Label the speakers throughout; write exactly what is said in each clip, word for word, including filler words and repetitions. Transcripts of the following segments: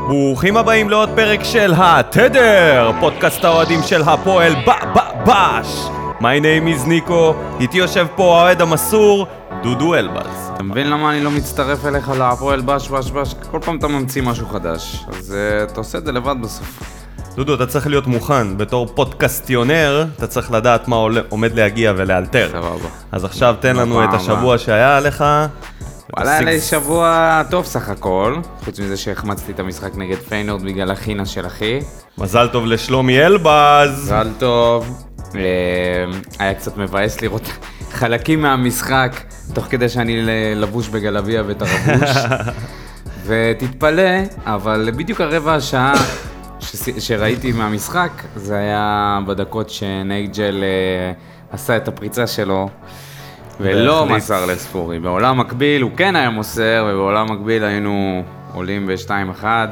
Speaker 1: ברוכים הבאים לעוד פרק של התדר, פודקאסט האוהדים של הפועל בש. My name is ניקו, איתי יושב פה האוהד המסור, דודו אלבז.
Speaker 2: אתה מבין למה אני לא מצטרף אליך להפועל בש בש בש? כל פעם אתה ממציא משהו חדש, אז uh, אתה עושה את זה לבד בסוף.
Speaker 1: דודו, אתה צריך להיות מוכן, בתור פודקאסטיונר, אתה צריך לדעת מה עומד להגיע ולאלתר.
Speaker 2: סבבה.
Speaker 1: אז עכשיו תן לנו את השבוע שהיה עליך.
Speaker 2: וואלה, היה לי שבוע טוב סך הכל, חוץ מזה שהחמצתי את המשחק נגד פיינורד בגלל החינה של אחי.
Speaker 1: מזל טוב לשלומי אלבז.
Speaker 2: מזל טוב. היה קצת מבאס לראות חלקים מהמשחק, תוך כדי שאני לבוש בגלביה ותרבוש. ותתפלא, אבל בדיוק הרבע השעה שראיתי מהמשחק, זה היה בדקות שנייג'ל עשה את הפריצה שלו. ולא מסר לספורי. בעולם מקביל הוא כן היה מוסר, ובעולם מקביל היינו עולים ב-שתיים אחת.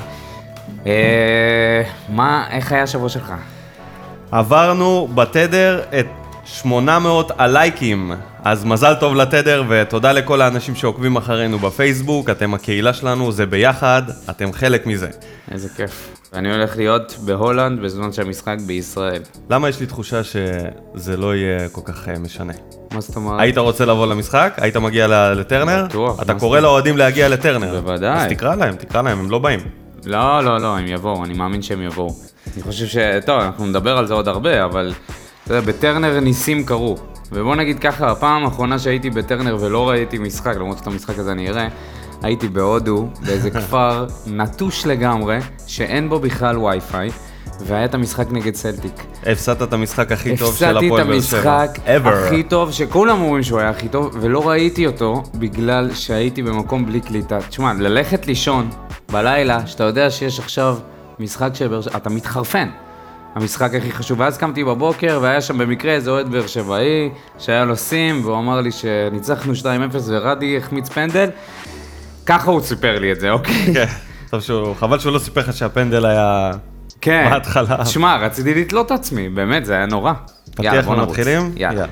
Speaker 2: מה, איך היה השבוע שלך?
Speaker 1: עברנו בתדר את שמונה מאות הלייקים, אז מזל טוב לתדר ותודה לכל האנשים שעוקבים אחרינו בפייסבוק, אתם הקהילה שלנו, זה ביחד, אתם חלק מזה.
Speaker 2: איזה כיף. ואני הולך להיות בהולנד בזמן שהמשחק בישראל.
Speaker 1: למה יש לי תחושה שזה לא יהיה כל כך משנה?
Speaker 2: מה זאת אומרת?
Speaker 1: היית רוצה לבוא למשחק? היית מגיע לטרנר?
Speaker 2: בטוח.
Speaker 1: אתה קורא לאוהדים להגיע לטרנר.
Speaker 2: בוודאי.
Speaker 1: אז תקרא להם, תקרא להם, הם לא באים.
Speaker 2: לא, לא, לא, הם יבואו, אני מאמין שהם יבואו. אני חושב ש... טוב, אנחנו נדבר על זה עוד הרבה, אבל... אתה יודע, בטרנר ניסים קרו. ובוא נגיד ככה, הפעם האחרונה שהייתי בטרנר ולא ראיתי משחק, למרות שאת המשחק הזה אני אראה, הייתי בהודו, באיזה כפר נטוש לגמרי, שאין בו בכלל וי-פיי, והיה את המשחק נגד סלטיק.
Speaker 1: הפסדת את המשחק הכי טוב של הפועל באר שבע.
Speaker 2: הפסדתי את המשחק הכי טוב, שכולם אומרים שהוא היה הכי טוב, ולא ראיתי אותו בגלל שהייתי במקום בלי קליטה. תשמע, ללכת לישון בלילה, שאתה יודע שיש עכשיו משחק של באר שבע, אתה מתחרפן. המשחק הכי חשוב, ואז קמתי בבוקר, והיה שם במקרה איזה אוהד באר שבעי, שהיה לו סים, והוא אמר לי שניצחנו שתיים אפס ורדי החמיץ פנדל. ככה הוא סיפר לי את זה, אוקיי?
Speaker 1: כן, טוב שהוא, חבל שהוא לא סיפר לך שהפנדל היה...
Speaker 2: כן.
Speaker 1: מההתחלה.
Speaker 2: תשמע, רציתי לתלות את עצמי, באמת, זה היה נורא.
Speaker 1: פתיח אנחנו מתחילים?
Speaker 2: יאללה.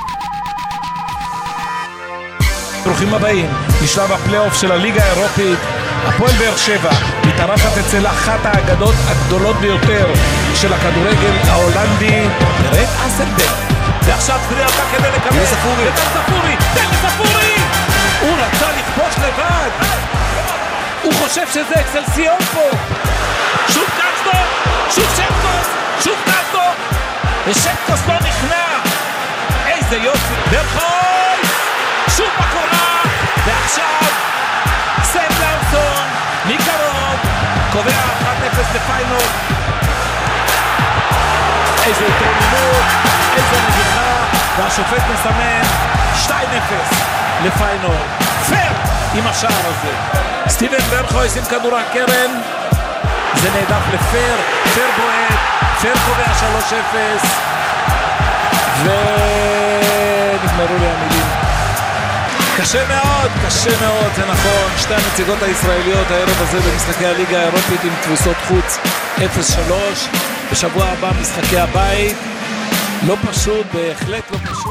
Speaker 3: ברוכים הבאים לשלב הפלייאוף של הליגה האירופית. הפועל באר שבע מתארחת אצל אחת האגדות הגדולות ביותר של הכדורגל ההולנדי, רן אסלברג. ועכשיו קריאה אותה כדי לקבל לספורי. לספורי, תן לספורי! הוא רצה לכבוש לבד. הוא חושב שזה אקסלסיון פה. שוב קסטו, שוב שפקוס, שוב קסטו. ושפקוס לא נכנע. איזה יופי. דרחוי! שוב בקורה. ועכשיו סם לאנסון, מקרוב, קובע אחת אפס לפיינורד. איזה התרוממות, איזה נגיחה, והשופט מסמן שתיים אפס לפיינורד. פר עם השער הזה. סטיבן ברחויס עם כדור הקרן, זה נעדף לפר, פר בועט, פר קובע שלוש אפס, ונגמרו לי המילים. קשה מאוד, קשה מאוד, זה נכון. שתי הנציגות הישראליות הערב הזה במשחקי הליגה האירופית עם תבוסות חוץ אפס שלוש. בשבוע הבא משחקי הבית. לא פשוט, בהחלט לא פשוט.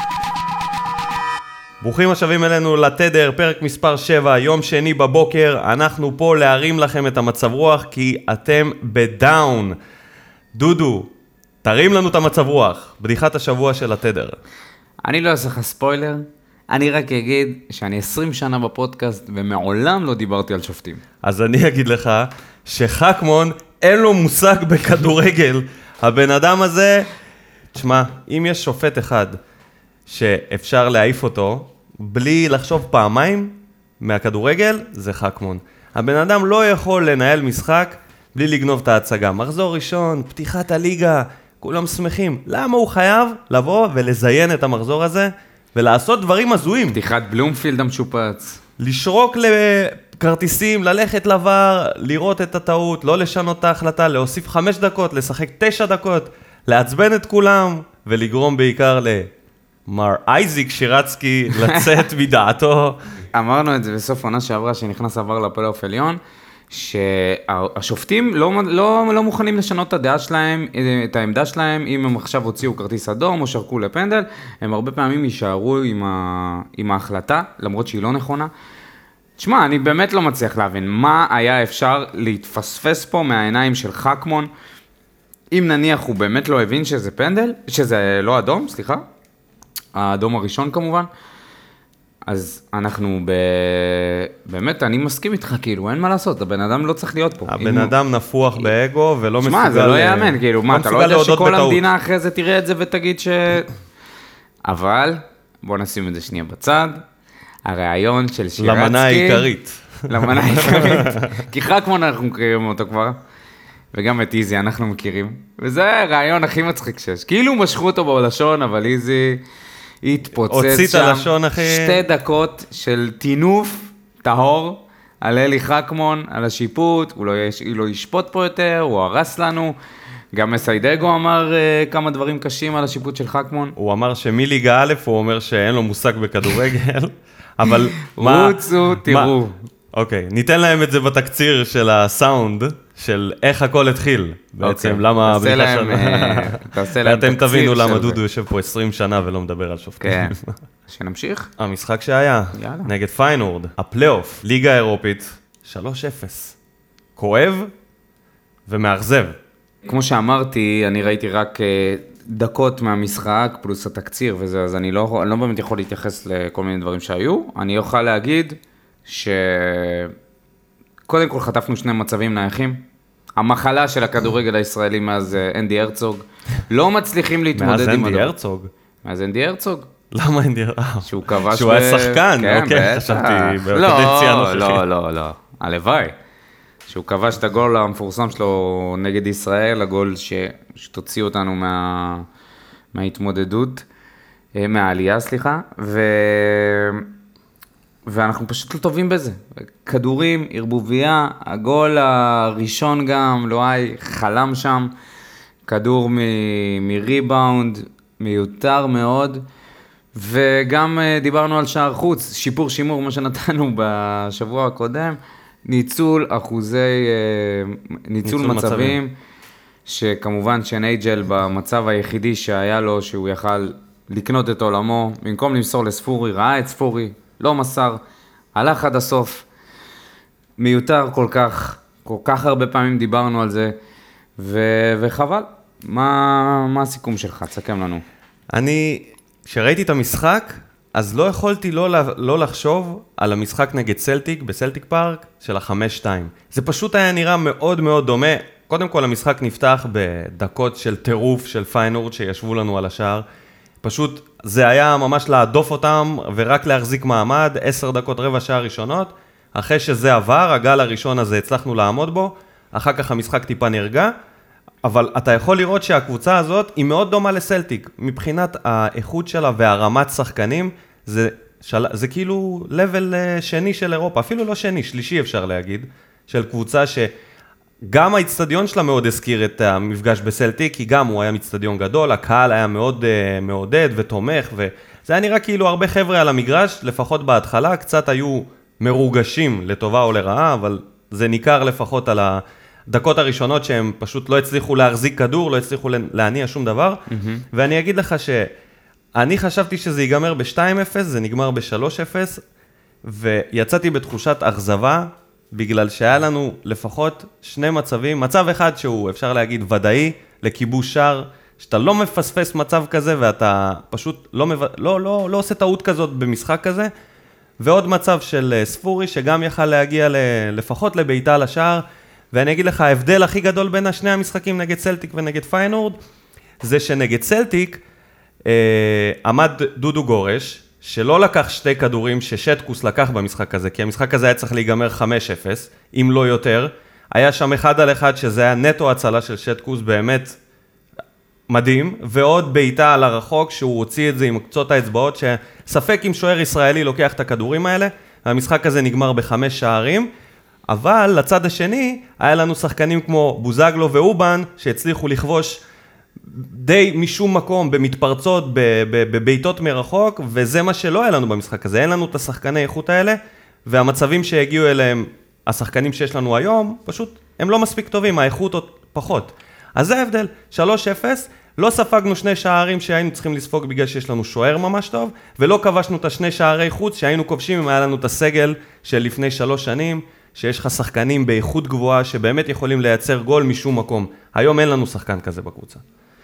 Speaker 1: ברוכים השבים אלינו לתדר, פרק מספר שבע, יום שני בבוקר. אנחנו פה להרים לכם את המצב רוח כי אתם בדאון. דודו, תרים לנו את המצב רוח, בדיחת השבוע של התדר.
Speaker 2: אני לא אעשה לך ספוילר. אני רק אגיד שאני עשרים שנה בפודקאסט ומעולם לא דיברתי על שופטים.
Speaker 1: אז אני אגיד לך שחכמון אין לו מושג בכדורגל. הבן אדם הזה, תשמע, אם יש שופט אחד שאפשר להעיף אותו בלי לחשוב פעמיים מהכדורגל, זה חכמון. הבן אדם לא יכול לנהל משחק בלי לגנוב את ההצגה. מחזור ראשון, פתיחת הליגה, כולם שמחים. למה הוא חייב לבוא ולזיין את המחזור הזה? ולעשות דברים הזויים.
Speaker 2: פתיחת בלומפילד המשופץ.
Speaker 1: לשרוק לכרטיסים, ללכת לבר, לראות את הטעות, לא לשנות את ההחלטה, להוסיף חמש דקות, לשחק תשע דקות, לעצבן את כולם, ולגרום בעיקר למר אייזיק שירצקי לצאת מדעתו.
Speaker 2: אמרנו את זה בסוף עונה שעברה שנכנס עבר לפלייאוף עליון, שהשופטים לא, לא, לא מוכנים לשנות את הדעה שלהם, את העמדה שלהם, אם הם עכשיו הוציאו כרטיס אדום או שרקו לפנדל, הם הרבה פעמים יישארו עם, ה, עם ההחלטה, למרות שהיא לא נכונה. תשמע, אני באמת לא מצליח להבין, מה היה אפשר להתפספס פה מהעיניים של חכמון, אם נניח הוא באמת לא הבין שזה פנדל, שזה לא אדום, סליחה, האדום הראשון כמובן, אז אנחנו ב... באמת, אני מסכים איתך, כאילו, אין מה לעשות, הבן אדם לא צריך להיות פה.
Speaker 1: הבן אדם נפוח באגו ולא מסוגל...
Speaker 2: שמע, זה לא יאמן, כאילו, מה, אתה לא יודע שכל המדינה אחרי זה תראה את זה ותגיד ש... אבל, בוא נשים את זה שנייה בצד, הרעיון של שירצקי...
Speaker 1: למנה העיקרית.
Speaker 2: למנה העיקרית, כי חכמון אנחנו מכירים אותו כבר, וגם את איזי אנחנו מכירים, וזה הרעיון הכי מצחיק שיש. כאילו משכו אותו בלשון, אבל איזי... התפוצץ שם, שתי דקות של טינוף טהור על אלי חכמון, על השיפוט, הוא לא, לא ישפוט פה יותר, הוא הרס לנו, גם מסיידגו אמר uh, כמה דברים קשים על השיפוט של חכמון.
Speaker 1: הוא אמר שמליגה א' הוא אומר שאין לו מושג בכדורגל, אבל מה...
Speaker 2: רוצו, תראו.
Speaker 1: אוקיי, ניתן להם את זה בתקציר של הסאונד, של איך הכל התחיל, בעצם, למה...
Speaker 2: תעשה להם, תעשה להם
Speaker 1: תקציר. ואתם תבינו למה דודו יושב פה עשרים שנה ולא מדבר על שופטים.
Speaker 2: כן, שנמשיך.
Speaker 1: המשחק שהיה, נגד פיינורד, הפלייאוף, ליגה אירופית, שלוש אפס. כואב ומאכזב.
Speaker 2: כמו שאמרתי, אני ראיתי רק דקות מהמשחק, פלוס התקציר וזה, אז אני לא, אני לא באמת יכול להתייחס לכל מיני דברים שהיו. אני אוכל להגיד שקודם כל חטפנו שני מצבים נייחים. המחלה של הכדורגל הישראלי מאז אנדי הרצוג. לא מצליחים להתמודד עם הדבר.
Speaker 1: מאז אנדי הרצוג?
Speaker 2: מאז אנדי הרצוג.
Speaker 1: למה אנדי הרצוג?
Speaker 2: שהוא כבש...
Speaker 1: שהוא היה שחקן, אוקיי, חשבתי בקדנציה הנוכחית.
Speaker 2: לא, לא, לא, הלוואי. שהוא כבש את הגול המפורסם שלו נגד ישראל, הגול שתוציא אותנו מה... מההתמודדות, מהעלייה, סליחה, ו... ואנחנו פשוט לא טובים בזה. כדורים, ערבוביה, הגול הראשון גם, לואי חלם שם, כדור מ... מריבאונד, מיותר מאוד, וגם דיברנו על שער חוץ, שיפור שימור, מה שנתנו בשבוע הקודם, ניצול אחוזי, ניצול, ניצול מצבים, מצבים, שכמובן שנייג'ל במצב היחידי שהיה לו, שהוא יכל לקנות את עולמו, במקום למסור לספורי, ראה את ספורי, לא מסר, הלך עד הסוף, מיותר כל כך, כל כך הרבה פעמים דיברנו על זה, ו, וחבל. מה, מה הסיכום שלך? תסכם לנו.
Speaker 1: אני, כשראיתי את המשחק, אז לא יכולתי לא, לא לחשוב על המשחק נגד סלטיק, בסלטיק פארק, של החמש שתיים. זה פשוט היה נראה מאוד מאוד דומה. קודם כל, המשחק נפתח בדקות של טירוף של פיינורד שישבו לנו על השער. פשוט זה היה ממש להדוף אותם ורק להחזיק מעמד, עשר דקות רבע שעה ראשונות. אחרי שזה עבר, הגל הראשון הזה הצלחנו לעמוד בו, אחר כך המשחק טיפה נרגע, אבל אתה יכול לראות שהקבוצה הזאת היא מאוד דומה לסלטיק, מבחינת האיכות שלה והרמת שחקנים, זה, של, זה כאילו לבל שני של אירופה, אפילו לא שני, שלישי אפשר להגיד, של קבוצה שגם האצטדיון שלה מאוד הזכיר את המפגש בסלטיק, כי גם הוא היה מצטדיון גדול, הקהל היה מאוד מעודד ותומך, וזה היה נראה כאילו הרבה חבר'ה על המגרש, לפחות בהתחלה, קצת היו מרוגשים לטובה או לרעה, אבל זה ניכר לפחות על ה... דקות הראשונות שהם פשוט לא הצליחו להחזיק כדור, לא הצליחו להניע שום דבר, mm-hmm. ואני אגיד לך שאני חשבתי שזה ייגמר ב-שתיים אפס, זה נגמר ב-שלוש אפס, ויצאתי בתחושת אכזבה, בגלל שהיה לנו לפחות שני מצבים, מצב אחד שהוא אפשר להגיד ודאי, לכיבוש שער, שאתה לא מפספס מצב כזה, ואתה פשוט לא, לא, לא, לא, לא עושה טעות כזאת במשחק כזה, ועוד מצב של ספורי, שגם יכל להגיע לפחות לביתה לשער, ואני אגיד לך, ההבדל הכי גדול בין השני המשחקים נגד סלטיק ונגד פיינורד, זה שנגד סלטיק אה, עמד דודו גורש, שלא לקח שתי כדורים ששטקוס לקח במשחק הזה, כי המשחק הזה היה צריך להיגמר חמש אפס, אם לא יותר. היה שם אחד על אחד שזה היה נטו הצלה של שטקוס, באמת מדהים, ועוד בעיטה על הרחוק שהוא הוציא את זה עם קצות האצבעות, שספק אם שוער ישראלי לוקח את הכדורים האלה, המשחק הזה נגמר בחמש שערים, אבל לצד השני, היה לנו שחקנים כמו בוזגלו ואובן, שהצליחו לכבוש די משום מקום, במתפרצות, בביתות מרחוק, וזה מה שלא היה לנו במשחק הזה. אין לנו את השחקני איכות האלה, והמצבים שהגיעו אליהם, השחקנים שיש לנו היום, פשוט הם לא מספיק טובים, האיכות עוד פחות. אז זה ההבדל, שלוש אפס, לא ספגנו שני שערים שהיינו צריכים לספוג בגלל שיש לנו שוער ממש טוב, ולא כבשנו את השני שערי חוץ שהיינו כובשים אם היה לנו את הסגל של לפני שלוש שנים, שיש לך שחקנים באיכות גבוהה שבאמת יכולים לייצר גול משום מקום. היום אין לנו שחקן כזה בקבוצה.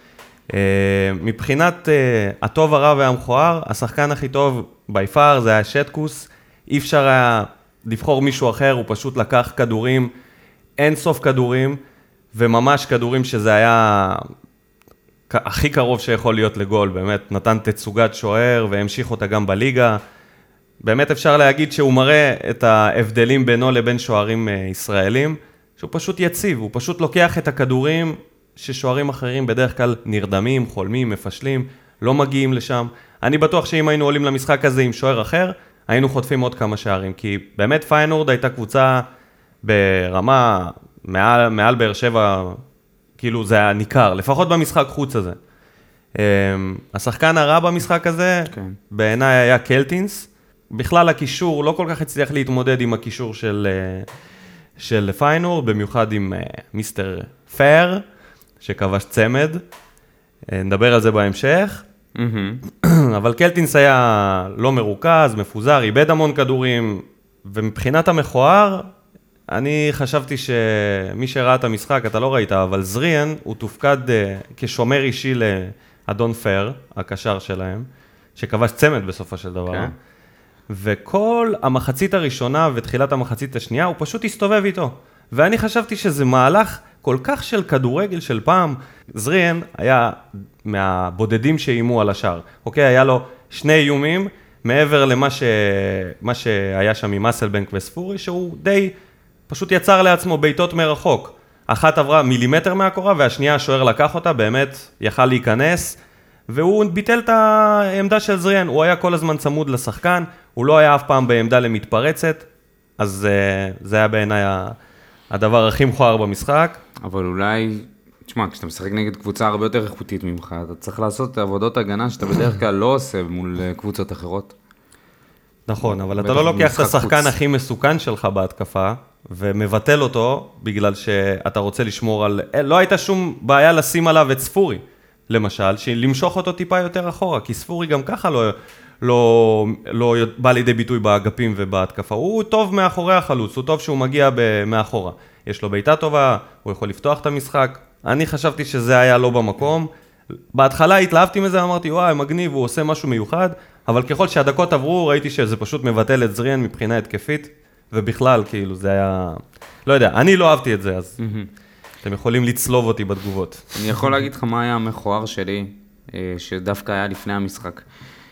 Speaker 1: מבחינת הטוב, הרע והמכוער, השחקן הכי טוב ביפר זה היה שטקוס, אי אפשר היה לבחור מישהו אחר, הוא פשוט לקח כדורים, אין סוף כדורים, וממש כדורים שזה היה הכי קרוב שיכול להיות לגול, באמת נתן תצוגת שוער והמשיך אותה גם בליגה, באמת אפשר להגיד שהוא מראה את ההבדלים בינו לבין שוערים ישראלים, שהוא פשוט יציב, הוא פשוט לוקח את הכדורים ששוערים אחרים בדרך כלל נרדמים, חולמים, מפשלים, לא מגיעים לשם. אני בטוח שאם היינו עולים למשחק הזה עם שוער אחר, היינו חוטפים עוד כמה שערים, כי באמת פיינורד הייתה קבוצה ברמה מעל, מעל באר שבע, כאילו זה היה ניכר, לפחות במשחק חוץ הזה. השחקן הרע במשחק הזה, כן. בעיניי היה קלטינס, בכלל הקישור לא כל כך הצליח להתמודד עם הקישור של, של פיינורד, במיוחד עם מיסטר פייר, שכבש צמד, נדבר על זה בהמשך, mm-hmm. אבל קלטינס היה לא מרוכז, מפוזר, איבד המון כדורים, ומבחינת המכוער, אני חשבתי שמי שראה את המשחק, אתה לא ראית, אבל זריאן הוא תופקד כשומר אישי לאדון פייר, הקשר שלהם, שכבש צמד בסופו של דבר, okay. וכל המחצית הראשונה ותחילת המחצית השנייה, הוא פשוט הסתובב איתו, ואני חשבתי שזה מהלך כל כך של כדורגל של פעם. זריאן היה מהבודדים שאימו על השאר. אוקיי, היה לו שני איומים, מעבר למה ש... מה שהיה שם עם אסלבנק וספורי, שהוא די פשוט יצר לעצמו ביתות מרחוק. אחת עברה מילימטר מהקורה, והשנייה השוער לקח אותה, באמת יכל להיכנס, והוא ביטל את העמדה של זריאן. הוא היה כל הזמן צמוד לשחקן, הוא לא היה אף פעם בעמדה למתפרצת, אז זה היה בעיניי הדבר הכי מכוער במשחק.
Speaker 2: אבל אולי, תשמע, כשאתה משחק נגד קבוצה הרבה יותר איכותית ממך, אתה צריך לעשות עבודות הגנה שאתה בדרך כלל לא עושה מול קבוצות אחרות.
Speaker 1: נכון, אבל אתה לא לוקח את השחקן הכי מסוכן שלך בהתקפה, ומבטל אותו בגלל שאתה רוצה לשמור על... לא הייתה שום בעיה לשים עליו את ספורי, למשל, שלמשוך אותו טיפה יותר אחורה, כי ספורי גם ככה לא... לא, לא בא לידי ביטוי באגפים ובהתקפה. הוא טוב מאחורי החלוץ, הוא טוב שהוא מגיע מאחורה. יש לו ביתה טובה, הוא יכול לפתוח את המשחק. אני חשבתי שזה היה לא במקום. בהתחלה התלהבתי מזה, אמרתי, וואי, מגניב, הוא עושה משהו מיוחד, אבל ככל שהדקות עברו, ראיתי שזה פשוט מבטל את זריאן מבחינה התקפית, ובכלל, כאילו, זה היה... לא יודע, אני לא אהבתי את זה, אז אתם יכולים לצלוב אותי בתגובות.
Speaker 2: אני יכול להגיד לך מה היה המכוער שלי, שדווקא היה לפני המשחק.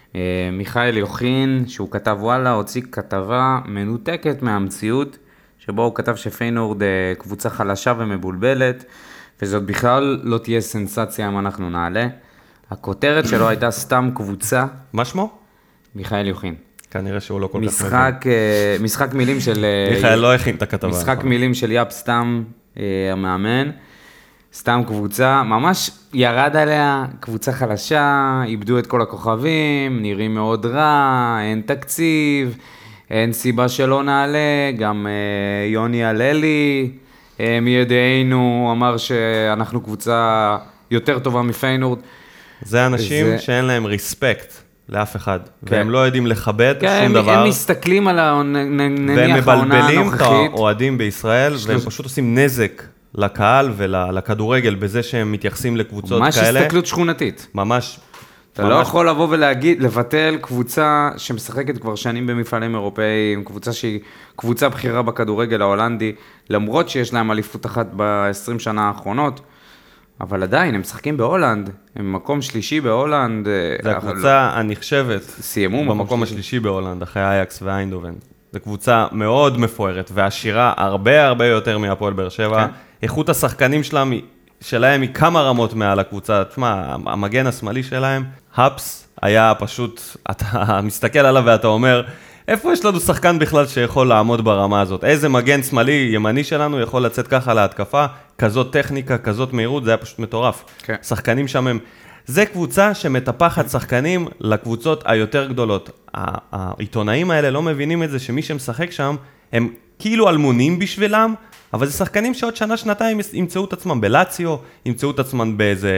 Speaker 2: מיכאל יוחין, שהוא כתב וואלה, הוציא כתבה מנותקת מהמציאות, שבו הוא כתב שפיינורד קבוצה חלשה ומבולבלת, וזאת בכלל לא תהיה סנסציה אם אנחנו נעלה. הכותרת שלו הייתה סתם קבוצה.
Speaker 1: מה שמו?
Speaker 2: מיכאל יוחין.
Speaker 1: כנראה שהוא לא כל כך
Speaker 2: משחק, מבין. משחק מילים של...
Speaker 1: מיכאל לא הכין את הכתבה.
Speaker 2: משחק מילים של יאפ סתם המאמן. סתם קבוצה, ממש ירד עליה, קבוצה חלשה, איבדו את כל הכוכבים, נראים מאוד רע, אין תקציב, אין סיבה שלא נעלה, גם אה, יוני הללי, אה, מידיענו אמר שאנחנו קבוצה יותר טובה מפיינורד.
Speaker 1: זה אנשים זה... שאין להם ריספקט לאף אחד, כן. והם לא יודעים לכבד כן, שום
Speaker 2: הם,
Speaker 1: דבר.
Speaker 2: הם מסתכלים על
Speaker 1: והם
Speaker 2: נניח העונה הנוכחית.
Speaker 1: מבלבלים את האוהדים בישראל, שלוש... והם פשוט עושים נזק. לקהל ולכדורגל בזה שהם מתייחסים לקבוצות
Speaker 2: ממש
Speaker 1: כאלה.
Speaker 2: ממש הסתכלות שכונתית.
Speaker 1: ממש.
Speaker 2: אתה ממש... לא יכול לבוא ולהגיד, לבטל קבוצה שמשחקת כבר שנים במפעלים אירופאיים, קבוצה שהיא קבוצה בחירה בכדורגל ההולנדי, למרות שיש להם אליפות אחת ב-עשרים שנה האחרונות, אבל עדיין, הם משחקים בהולנד, הם מקום שלישי בהולנד.
Speaker 1: זה הקבוצה הנחשבת.
Speaker 2: סיימו
Speaker 1: במקום השלישי בהולנד, אחרי אייקס ואיינדובן. זו קבוצה מאוד מפוארת, ועשירה הרבה הרבה יותר מהפועל באר שבע. כן. איכות השחקנים שלהם, שלהם היא כמה רמות מעל הקבוצה. תשמע, המגן השמאלי שלהם, הפס, היה פשוט, אתה מסתכל עליו ואתה אומר, איפה יש לנו שחקן בכלל שיכול לעמוד ברמה הזאת? איזה מגן שמאלי ימני שלנו יכול לצאת ככה להתקפה, כזאת טכניקה, כזאת מהירות, זה היה פשוט מטורף. כן. שחקנים שם הם... זה קבוצה שמטפחת שחקנים לקבוצות היותר גדולות. העיתונאים האלה לא מבינים את זה שמי שמשחק שם, הם כאילו אלמונים בשבילם, אבל זה שחקנים שעוד שנה, שנתיים ימצאו את עצמם בלציו, ימצאו את עצמם באיזה,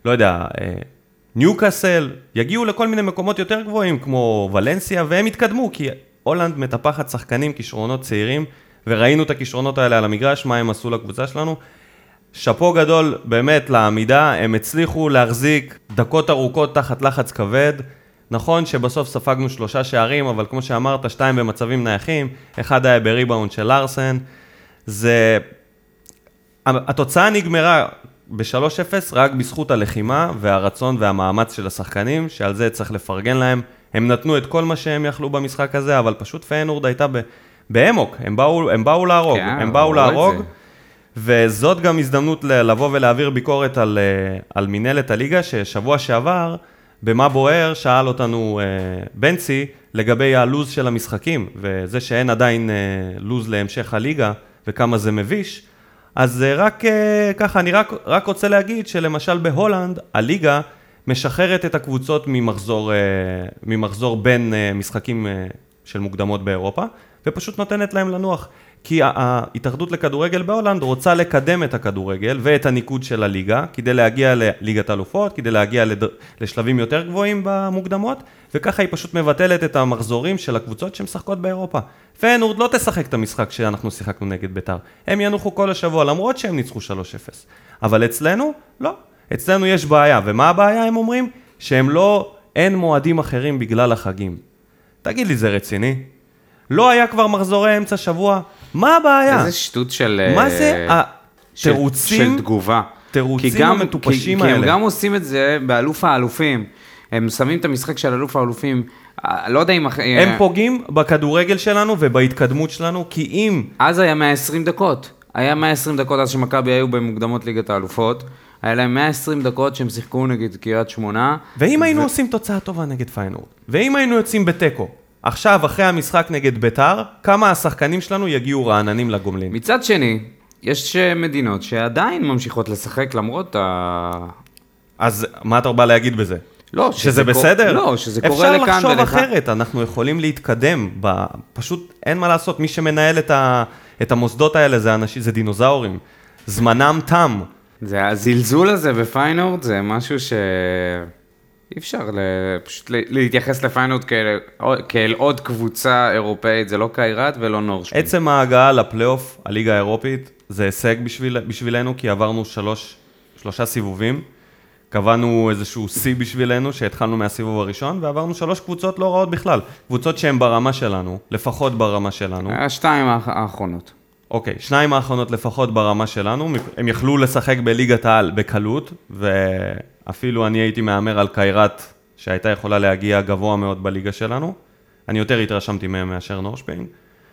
Speaker 1: לא יודע, ניוקאסל, יגיעו לכל מיני מקומות יותר גבוהים, כמו ולנסיה, והם יתקדמו, כי הולנד מטפחת שחקנים, כישרונות צעירים, וראינו את הכישרונות האלה על המגרש, מה הם עשו לקבוצה שלנו. שפו גדול באמת לעמידה, הם הצליחו להחזיק דקות ארוכות תחת לחץ כבד. נכון שבסוף ספגנו שלושה שערים, אבל כמו שאמרת, שתיים במצבים נייחים, אחד היה בריבאונד של לארסן. זה... התוצאה נגמרה ב-שלוש אפס רק בזכות הלחימה והרצון והמאמץ של השחקנים, שעל זה צריך לפרגן להם. הם נתנו את כל מה שהם יכלו במשחק הזה, אבל פשוט פיינורד הייתה ב... באמוק, הם באו, הם באו להרוג,
Speaker 2: כן,
Speaker 1: הם באו להרוג, וזאת גם הזדמנות לבוא ולהעביר ביקורת על, על מנהלת הליגה, ששבוע שעבר, במה בוער, שאל אותנו בנצי, לגבי הלוז של המשחקים, וזה שאין עדיין לוז להמשך הליגה, וכמה זה מביש, אז רק ככה, אני רק, רק רוצה להגיד שלמשל בהולנד, הליגה משחררת את הקבוצות ממחזור, ממחזור בין משחקים של מוקדמות באירופה, ופשוט נותנת להם לנוח. כי ההתאחדות לכדורגל בהולנד רוצה לקדם את הכדורגל ואת הניקוד של הליגה, כדי להגיע לליגת אלופות, כדי להגיע לשלבים יותר גבוהים במוקדמות, וככה היא פשוט מבטלת את המחזורים של הקבוצות שמשחקות באירופה. פיינורד לא תשחק את המשחק שאנחנו שיחקנו נגד ביתר. הם ינוחו כל השבוע, למרות שהם ניצחו שלוש אפס. אבל אצלנו, לא. אצלנו יש בעיה. ומה הבעיה, הם אומרים? שהם לא, אין מועדים אחרים בגלל החגים. תגיד לי, זה רציני? לא היה כבר מחזורי אמצע שבוע? מה הבעיה?
Speaker 2: איזה שטות של...
Speaker 1: מה זה התירוצים?
Speaker 2: של תגובה.
Speaker 1: תירוצים המטופשים האלה.
Speaker 2: כי הם גם עושים את זה באלוף האלופים. הם שמים את המשחק של אלוף האלופים, לא יודע אם...
Speaker 1: הם פוגעים בכדורגל שלנו ובהתקדמות שלנו, כי אם...
Speaker 2: אז היה מאה ועשרים דקות. היה מאה ועשרים דקות אז שמכבי היו במוקדמות ליגת האלופות. היה להם מאה ועשרים דקות שהם שיחקו נגד קריית שמונה.
Speaker 1: ואם היינו עושים תוצאה טובה נגד פיינורד, ואם היינו יוצאים בטקו, עכשיו, אחרי המשחק נגד ביתר, כמה השחקנים שלנו יגיעו רעננים לגומלין?
Speaker 2: מצד שני, יש מדינות שעדיין ממשיכות לשחק למרות ה...
Speaker 1: אז מה אתה בא להגיד בזה?
Speaker 2: לא,
Speaker 1: שזה, שזה בסדר?
Speaker 2: לא, שזה קורה לכאן ולכאן.
Speaker 1: אפשר לחשוב אחרת, אנחנו יכולים להתקדם. ב... פשוט אין מה לעשות, מי שמנהל את, ה... את המוסדות האלה זה אנשים, זה דינוזאורים. זמנם תם.
Speaker 2: זה הזלזול הזה בפיינורד, זה משהו ש... אי אפשר פשוט להתייחס לפיינורד כאל, כאל עוד קבוצה אירופאית, זה לא קיירת ולא נורשפין.
Speaker 1: עצם ההגעה לפלייאוף, הליגה האירופית, זה הישג בשביל, בשבילנו, כי עברנו שלוש, שלושה סיבובים, קבענו איזשהו סי בשבילנו, שהתחלנו מהסיבוב הראשון, ועברנו שלוש קבוצות לא רעות בכלל, קבוצות שהן ברמה שלנו, לפחות ברמה שלנו.
Speaker 2: השתיים האחרונות.
Speaker 1: אוקיי, שניים האחרונות לפחות ברמה שלנו, הם יכלו לשחק בליגת העל בקלות, ואפילו אני הייתי מאמר על קיירת, שהייתה יכולה להגיע גבוה מאוד בליגה שלנו, אני יותר התרשמתי מהם מאשר נורשפיין,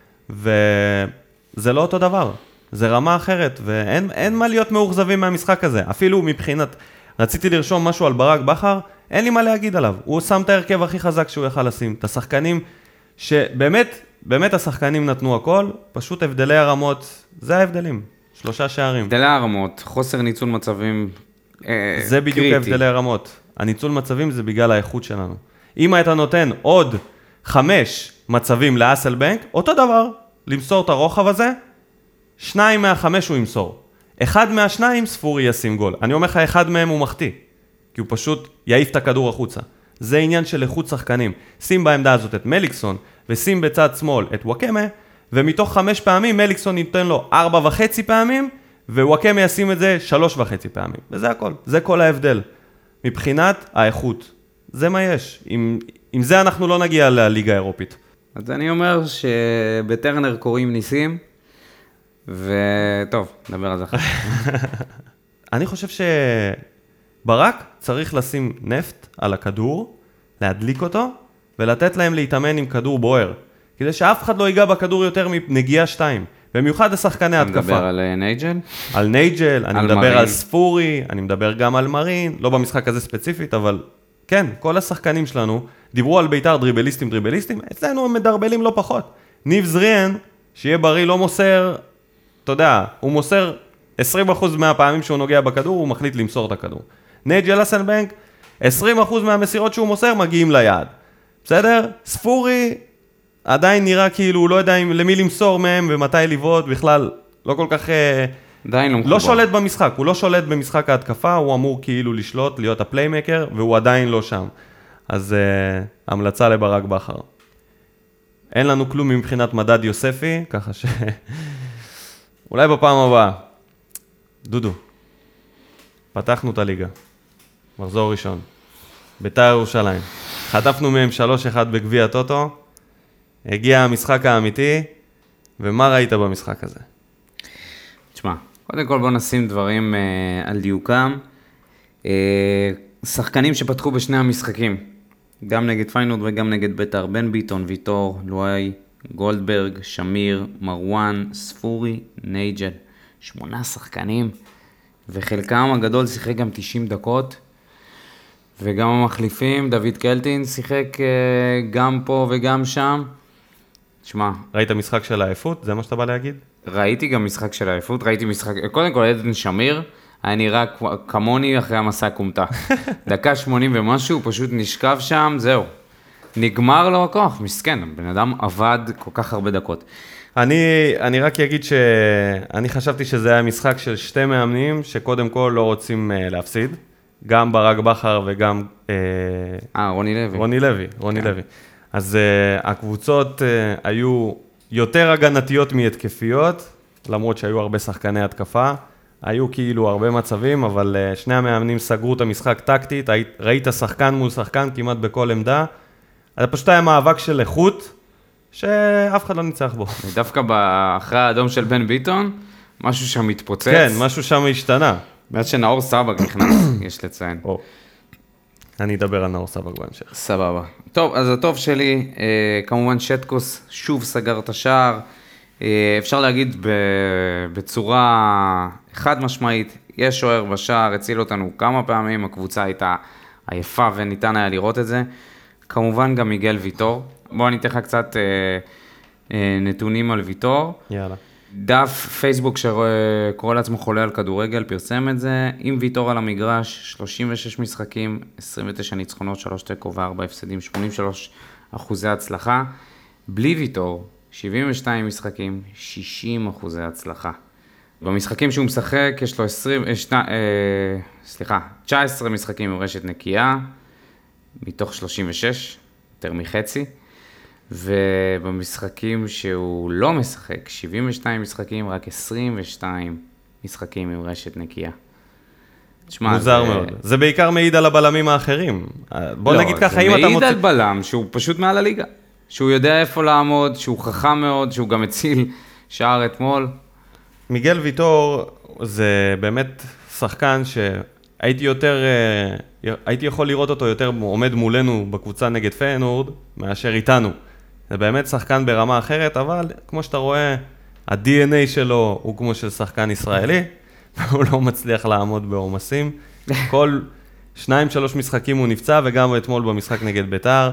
Speaker 1: וזה לא אותו דבר, זה רמה אחרת, ואין אין מה להיות מאוכזבים מהמשחק הזה, אפילו מבחינת, רציתי לרשום משהו על ברק בכר, אין לי מה להגיד עליו, הוא שם את ההרכב הכי חזק שהוא יכל לשים, את השחקנים שבאמת, באמת השחקנים נתנו הכל, פשוט הבדלי הרמות, זה ההבדלים, שלושה שערים.
Speaker 2: הבדלי הרמות, חוסר ניצול מצבים אה,
Speaker 1: זה בדיוק
Speaker 2: קריטי.
Speaker 1: הבדלי הרמות. הניצול מצבים זה בגלל האיכות שלנו. אם אתה נותן עוד חמש מצבים לאסלבנק, אותו דבר, למסור את הרוחב הזה, שניים מהחמש הוא ימסור. אחד מהשניים ספורי ישים גול. אני אומר לך, אחד מהם הוא מחטיא, כי הוא פשוט יעיף את הכדור החוצה. זה עניין של איכות שחקנים. שים בעמדה הזאת את מליקסון, ושים בצד שמאל את וואקמה, ומתוך חמש פעמים מליקסון ייתן לו ארבע וחצי פעמים, ווואקמה ישים את זה שלוש וחצי פעמים. וזה הכל. זה כל ההבדל. מבחינת האיכות. זה מה יש. עם, עם זה אנחנו לא נגיע לליגה האירופית.
Speaker 2: אז אני אומר שבטרנר קוראים ניסים, וטוב, נדבר על זה אחר.
Speaker 1: אני חושב שברק צריך לשים נפט על הכדור, להדליק אותו, ולתת להם להתאמן עם כדור בוער. כדי שאף אחד לא ייגע בכדור יותר מנגיעה שתיים. במיוחד השחקני התקפה.
Speaker 2: אתה מדבר על נייג'ל?
Speaker 1: על נייג'ל, אני
Speaker 2: על
Speaker 1: מדבר
Speaker 2: מרין.
Speaker 1: על ספורי, אני מדבר גם על מרין, לא במשחק הזה ספציפית, אבל כן, כל השחקנים שלנו דיברו על ביתר דריבליסטים, דריבליסטים, אצלנו הם מדרבלים לא פחות. ניב זריאן, שיהיה בריא, לא מוסר, אתה יודע, הוא מוסר עשרים אחוז מהפעמים שהוא נוגע בכדור, הוא מחליט למסור את הכדור. נייג'ל אסלבנק, עשרים אחוז מהמסירות שהוא מוסר מגיעים ליעד. בסדר? ספורי עדיין נראה כאילו הוא לא יודע למי למסור מהם ומתי לבעוט, בכלל לא כל כך אה,
Speaker 2: עדיין לא מחובר.
Speaker 1: לא שולט במשחק, הוא לא שולט במשחק ההתקפה, הוא אמור כאילו לשלוט, להיות הפליימקר, והוא עדיין לא שם. אז uh, המלצה לברק בכר. אין לנו כלום מבחינת מדד יוספי, ככה ש... אולי בפעם הבאה. דודו, פתחנו את הליגה. מחזור ראשון. בית"ר ירושלים. חטפנו מהם שלוש אחד בגביע הטוטו. הגיע המשחק האמיתי, ומה ראית במשחק הזה?
Speaker 2: תשמע, קודם כל בוא נשים דברים uh, על דיוקם. Uh, שחקנים שפתחו בשני המשחקים, גם נגד פיינורד וגם נגד בית"ר, בן ביטון, ויטור, לואי, גולדברג, שמיר, מרואן, ספורי, נייג'ל. שמונה שחקנים, וחלקם הגדול שיחק גם תשעים דקות, וגם המחליפים, דוד קלטין, שיחק uh, גם פה וגם שם. תשמע,
Speaker 1: ראית משחק של העייפות? זה מה שאתה בא להגיד?
Speaker 2: ראיתי גם משחק של העייפות, ראיתי משחק, קודם כל עדן שמיר, היה נראה כמוני אחרי המסע קומטה. דקה שמונים ומשהו, הוא פשוט נשכב שם, זהו. נגמר לו הכוח, מסכן, בן אדם עבד כל כך הרבה דקות.
Speaker 1: אני, אני רק אגיד שאני חשבתי שזה היה משחק של שתי מאמנים, שקודם כל לא רוצים uh, להפסיד, גם ברק בכר וגם... אה, uh,
Speaker 2: רוני לוי.
Speaker 1: רוני לוי, רוני כן. לוי. אז uh, הקבוצות uh, היו יותר הגנתיות מהתקפיות, למרות שהיו הרבה שחקני התקפה, היו כאילו הרבה מצבים, אבל uh, שני המאמנים סגרו את המשחק טקטית, ראית שחקן מול שחקן כמעט בכל עמדה, אז פשוט היה מאבק של איכות, שאף אחד לא ניצח בו.
Speaker 2: דווקא אחרי האדום של בן ביטון, משהו שם מתפוצץ.
Speaker 1: כן, משהו שם השתנה.
Speaker 2: מעט שנאור סבג נכנס, יש לציין.
Speaker 1: או. אני אדבר על נאור סבג בהמשך.
Speaker 2: סבבה. טוב, אז הטוב שלי, אה, כמובן שטקוס שוב סגר את השער. אה, אפשר להגיד ב, בצורה חד משמעית, יש שוער בשער, הציל אותנו כמה פעמים, הקבוצה הייתה עייפה וניתן היה לראות את זה. כמובן גם מיגל ויטור. בואו אני אתן לך קצת אה, אה, נתונים על ויטור.
Speaker 1: יאללה.
Speaker 2: דף פייסבוק שקורא לעצמו חולה על כדורגל, פרסם את זה, עם ויטור על המגרש, שלושים ושש משחקים, עשרים ותשע ניצחונות, שלוש תיקו וארבע הפסדים, שמונים ושלושה אחוזי הצלחה. בלי ויטור, שבעים ושתיים משחקים, שישים אחוזי הצלחה. במשחקים שהוא משחק, יש לו עשרים, אה, שני, אה, סליחה, תשע עשרה משחקים עם רשת נקייה, מתוך שלושים ושש, יותר מחצי. ובמשחקים שהוא לא משחק, שבעים ושתיים משחקים, רק עשרים ושתיים משחקים עם רשת נקייה. תשמע,
Speaker 1: מוזר זה... מאוד. זה בעיקר מעיד על הבלמים האחרים. בוא
Speaker 2: לא,
Speaker 1: נגיד ככה, אם אתה מוצא...
Speaker 2: זה מעיד על בלם שהוא פשוט מעל הליגה. שהוא יודע איפה לעמוד, שהוא חכם מאוד, שהוא גם הציל שער אתמול.
Speaker 1: מיגל ויטור זה באמת שחקן שהייתי יותר... הייתי יכול לראות אותו יותר עומד מולנו בקבוצה נגד פיינורד, מאשר איתנו. זה באמת שחקן ברמה אחרת, אבל כמו שאתה רואה, ה-די אן איי שלו הוא כמו של שחקן ישראלי, והוא לא מצליח לעמוד בעומסים. כל שניים, שלוש משחקים הוא נפצע, וגם אתמול במשחק נגד בית"ר.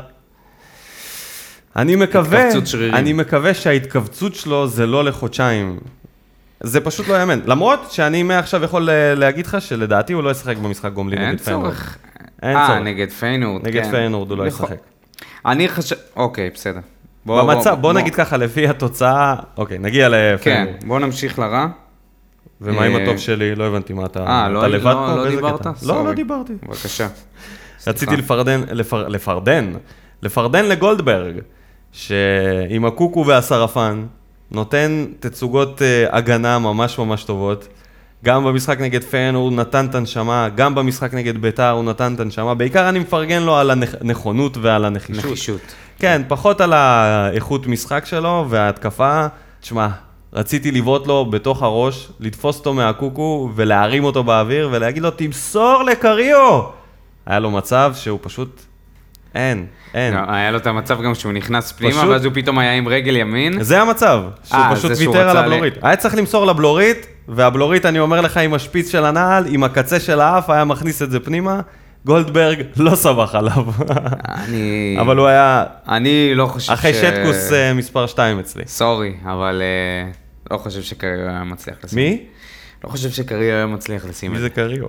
Speaker 1: אני מקווה, אני מקווה שההתכווצות שלו זה לא לחודשיים. זה פשוט לא יאמן. למרות שאני מעכשיו יכול להגיד לך שלדעתי הוא לא ישחק במשחק גומלין נגד פיינורד.
Speaker 2: אין צורך. אה, נגד פיינורד, כן.
Speaker 1: נגד פיינורד הוא לא ישחק.
Speaker 2: אני חושב, אוקיי, בסדר.
Speaker 1: במצב, בוא נגיד ככה, לפי התוצאה, אוקיי, נגיע לפיינורד.
Speaker 2: כן, בוא נמשיך לרע.
Speaker 1: ומה עם הטוב שלי? לא הבנתי מה אתה...
Speaker 2: אה, לא דיברת?
Speaker 1: לא, לא דיברתי.
Speaker 2: בבקשה.
Speaker 1: רציתי לפרדן, לפרדן, לפרדן לגולדברג, שעם הקוקו והשרפן, נותן תצוגות הגנה ממש ממש טובות. גם במשחק נגד פיינורד הוא נתן את הנשמה, גם במשחק נגד בית"ר הוא נתן את הנשמה. בעיקר אני מפרגן לו על הנכונות ועל הנחישות.
Speaker 2: נחישות.
Speaker 1: כן, פחות על האיכות משחק שלו וההתקפה. תשמע, רציתי לבעוט לו בתוך הראש, לתפוס אותו מהקוקו ולהרים אותו באוויר ולהגיד לו, תמסור לקריו! היה לו מצב שהוא פשוט... אין, אין.
Speaker 2: היה לו את המצב גם שהוא נכנס פנימה, ואז הוא פתאום היה עם רגל ימין.
Speaker 1: זה המצב, שהוא פשוט ויתר על הבלורית. היה צריך למסור לבלורית, והבלורית, אני אומר לך, עם השפיץ של הנעל, עם הקצה של האף, היה מכניס את זה פנימה. גולדברג לא סבח עליו.
Speaker 2: אני...
Speaker 1: אבל הוא היה...
Speaker 2: אני לא חושב ש...
Speaker 1: אחרי שטקוס מספר שתיים אצלי.
Speaker 2: סורי, אבל לא חושב שקריו היה מצליח לשים.
Speaker 1: מי?
Speaker 2: לא חושב שקריו היה מצליח לשים.
Speaker 1: מי זה קריו?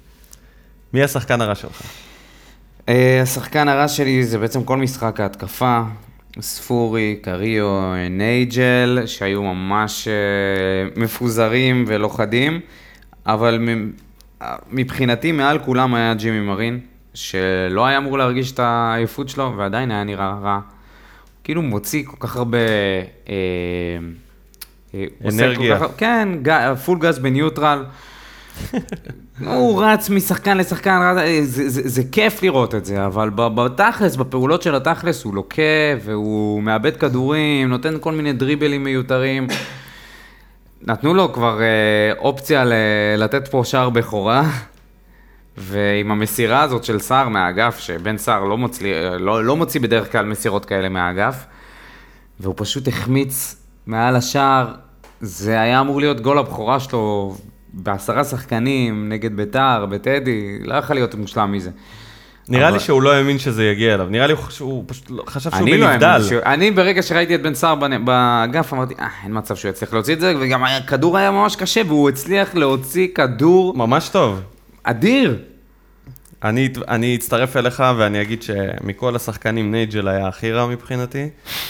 Speaker 1: מי השחקן הרע שלך?
Speaker 2: השחקן הרע שלי זה בעצם כל משחק ההתקפה. ספורי, קריו, נייג'ל, שהיו ממש uh, מפוזרים ולא חדים, אבל מבחינתי מעל כולם היה ג'ימי מרין, שלא היה אמור להרגיש את העייפות שלו, ועדיין היה נראה רע. כאילו מוציא כל כך הרבה... אה, אה,
Speaker 1: אנרגיה.
Speaker 2: כך, כן, ג, פול גז בניוטרל. הוא רץ משחקן לשחקן, רץ, זה, זה, זה כיף לראות את זה, אבל בתכלס, בפעולות של התכלס, הוא לוקה והוא מאבד כדורים, נותן כל מיני דריבלים מיותרים. נתנו לו כבר אה, אופציה ל- לתת פה שער בכורה, ועם המסירה הזאת של סער מהאגף, שבן סער לא, לא, לא מוציא בדרך כלל מסירות כאלה מהאגף, והוא פשוט החמיץ מעל השער, זה היה אמור להיות גול הבכורה שלו בעשרה שחקנים, נגד ביתר, בטדי, לא יכול להיות מושלם מזה.
Speaker 1: נראה
Speaker 2: אבל...
Speaker 1: לי שהוא לא האמין שזה יגיע אליו, נראה לי שהוא פשוט חשב שהוא
Speaker 2: לא
Speaker 1: בנבדל.
Speaker 2: ש... אני ברגע שראיתי את בן סער באגף, אמרתי, אה, אין מצב שהוא יצליח להוציא את זה, וגם הכדור היה ממש קשה, והוא הצליח להוציא כדור...
Speaker 1: ממש טוב.
Speaker 2: אדיר.
Speaker 1: אני, אני אצטרף אליך ואני אגיד שמכל השחקנים נייג'ל היה הכי רע מבחינתי.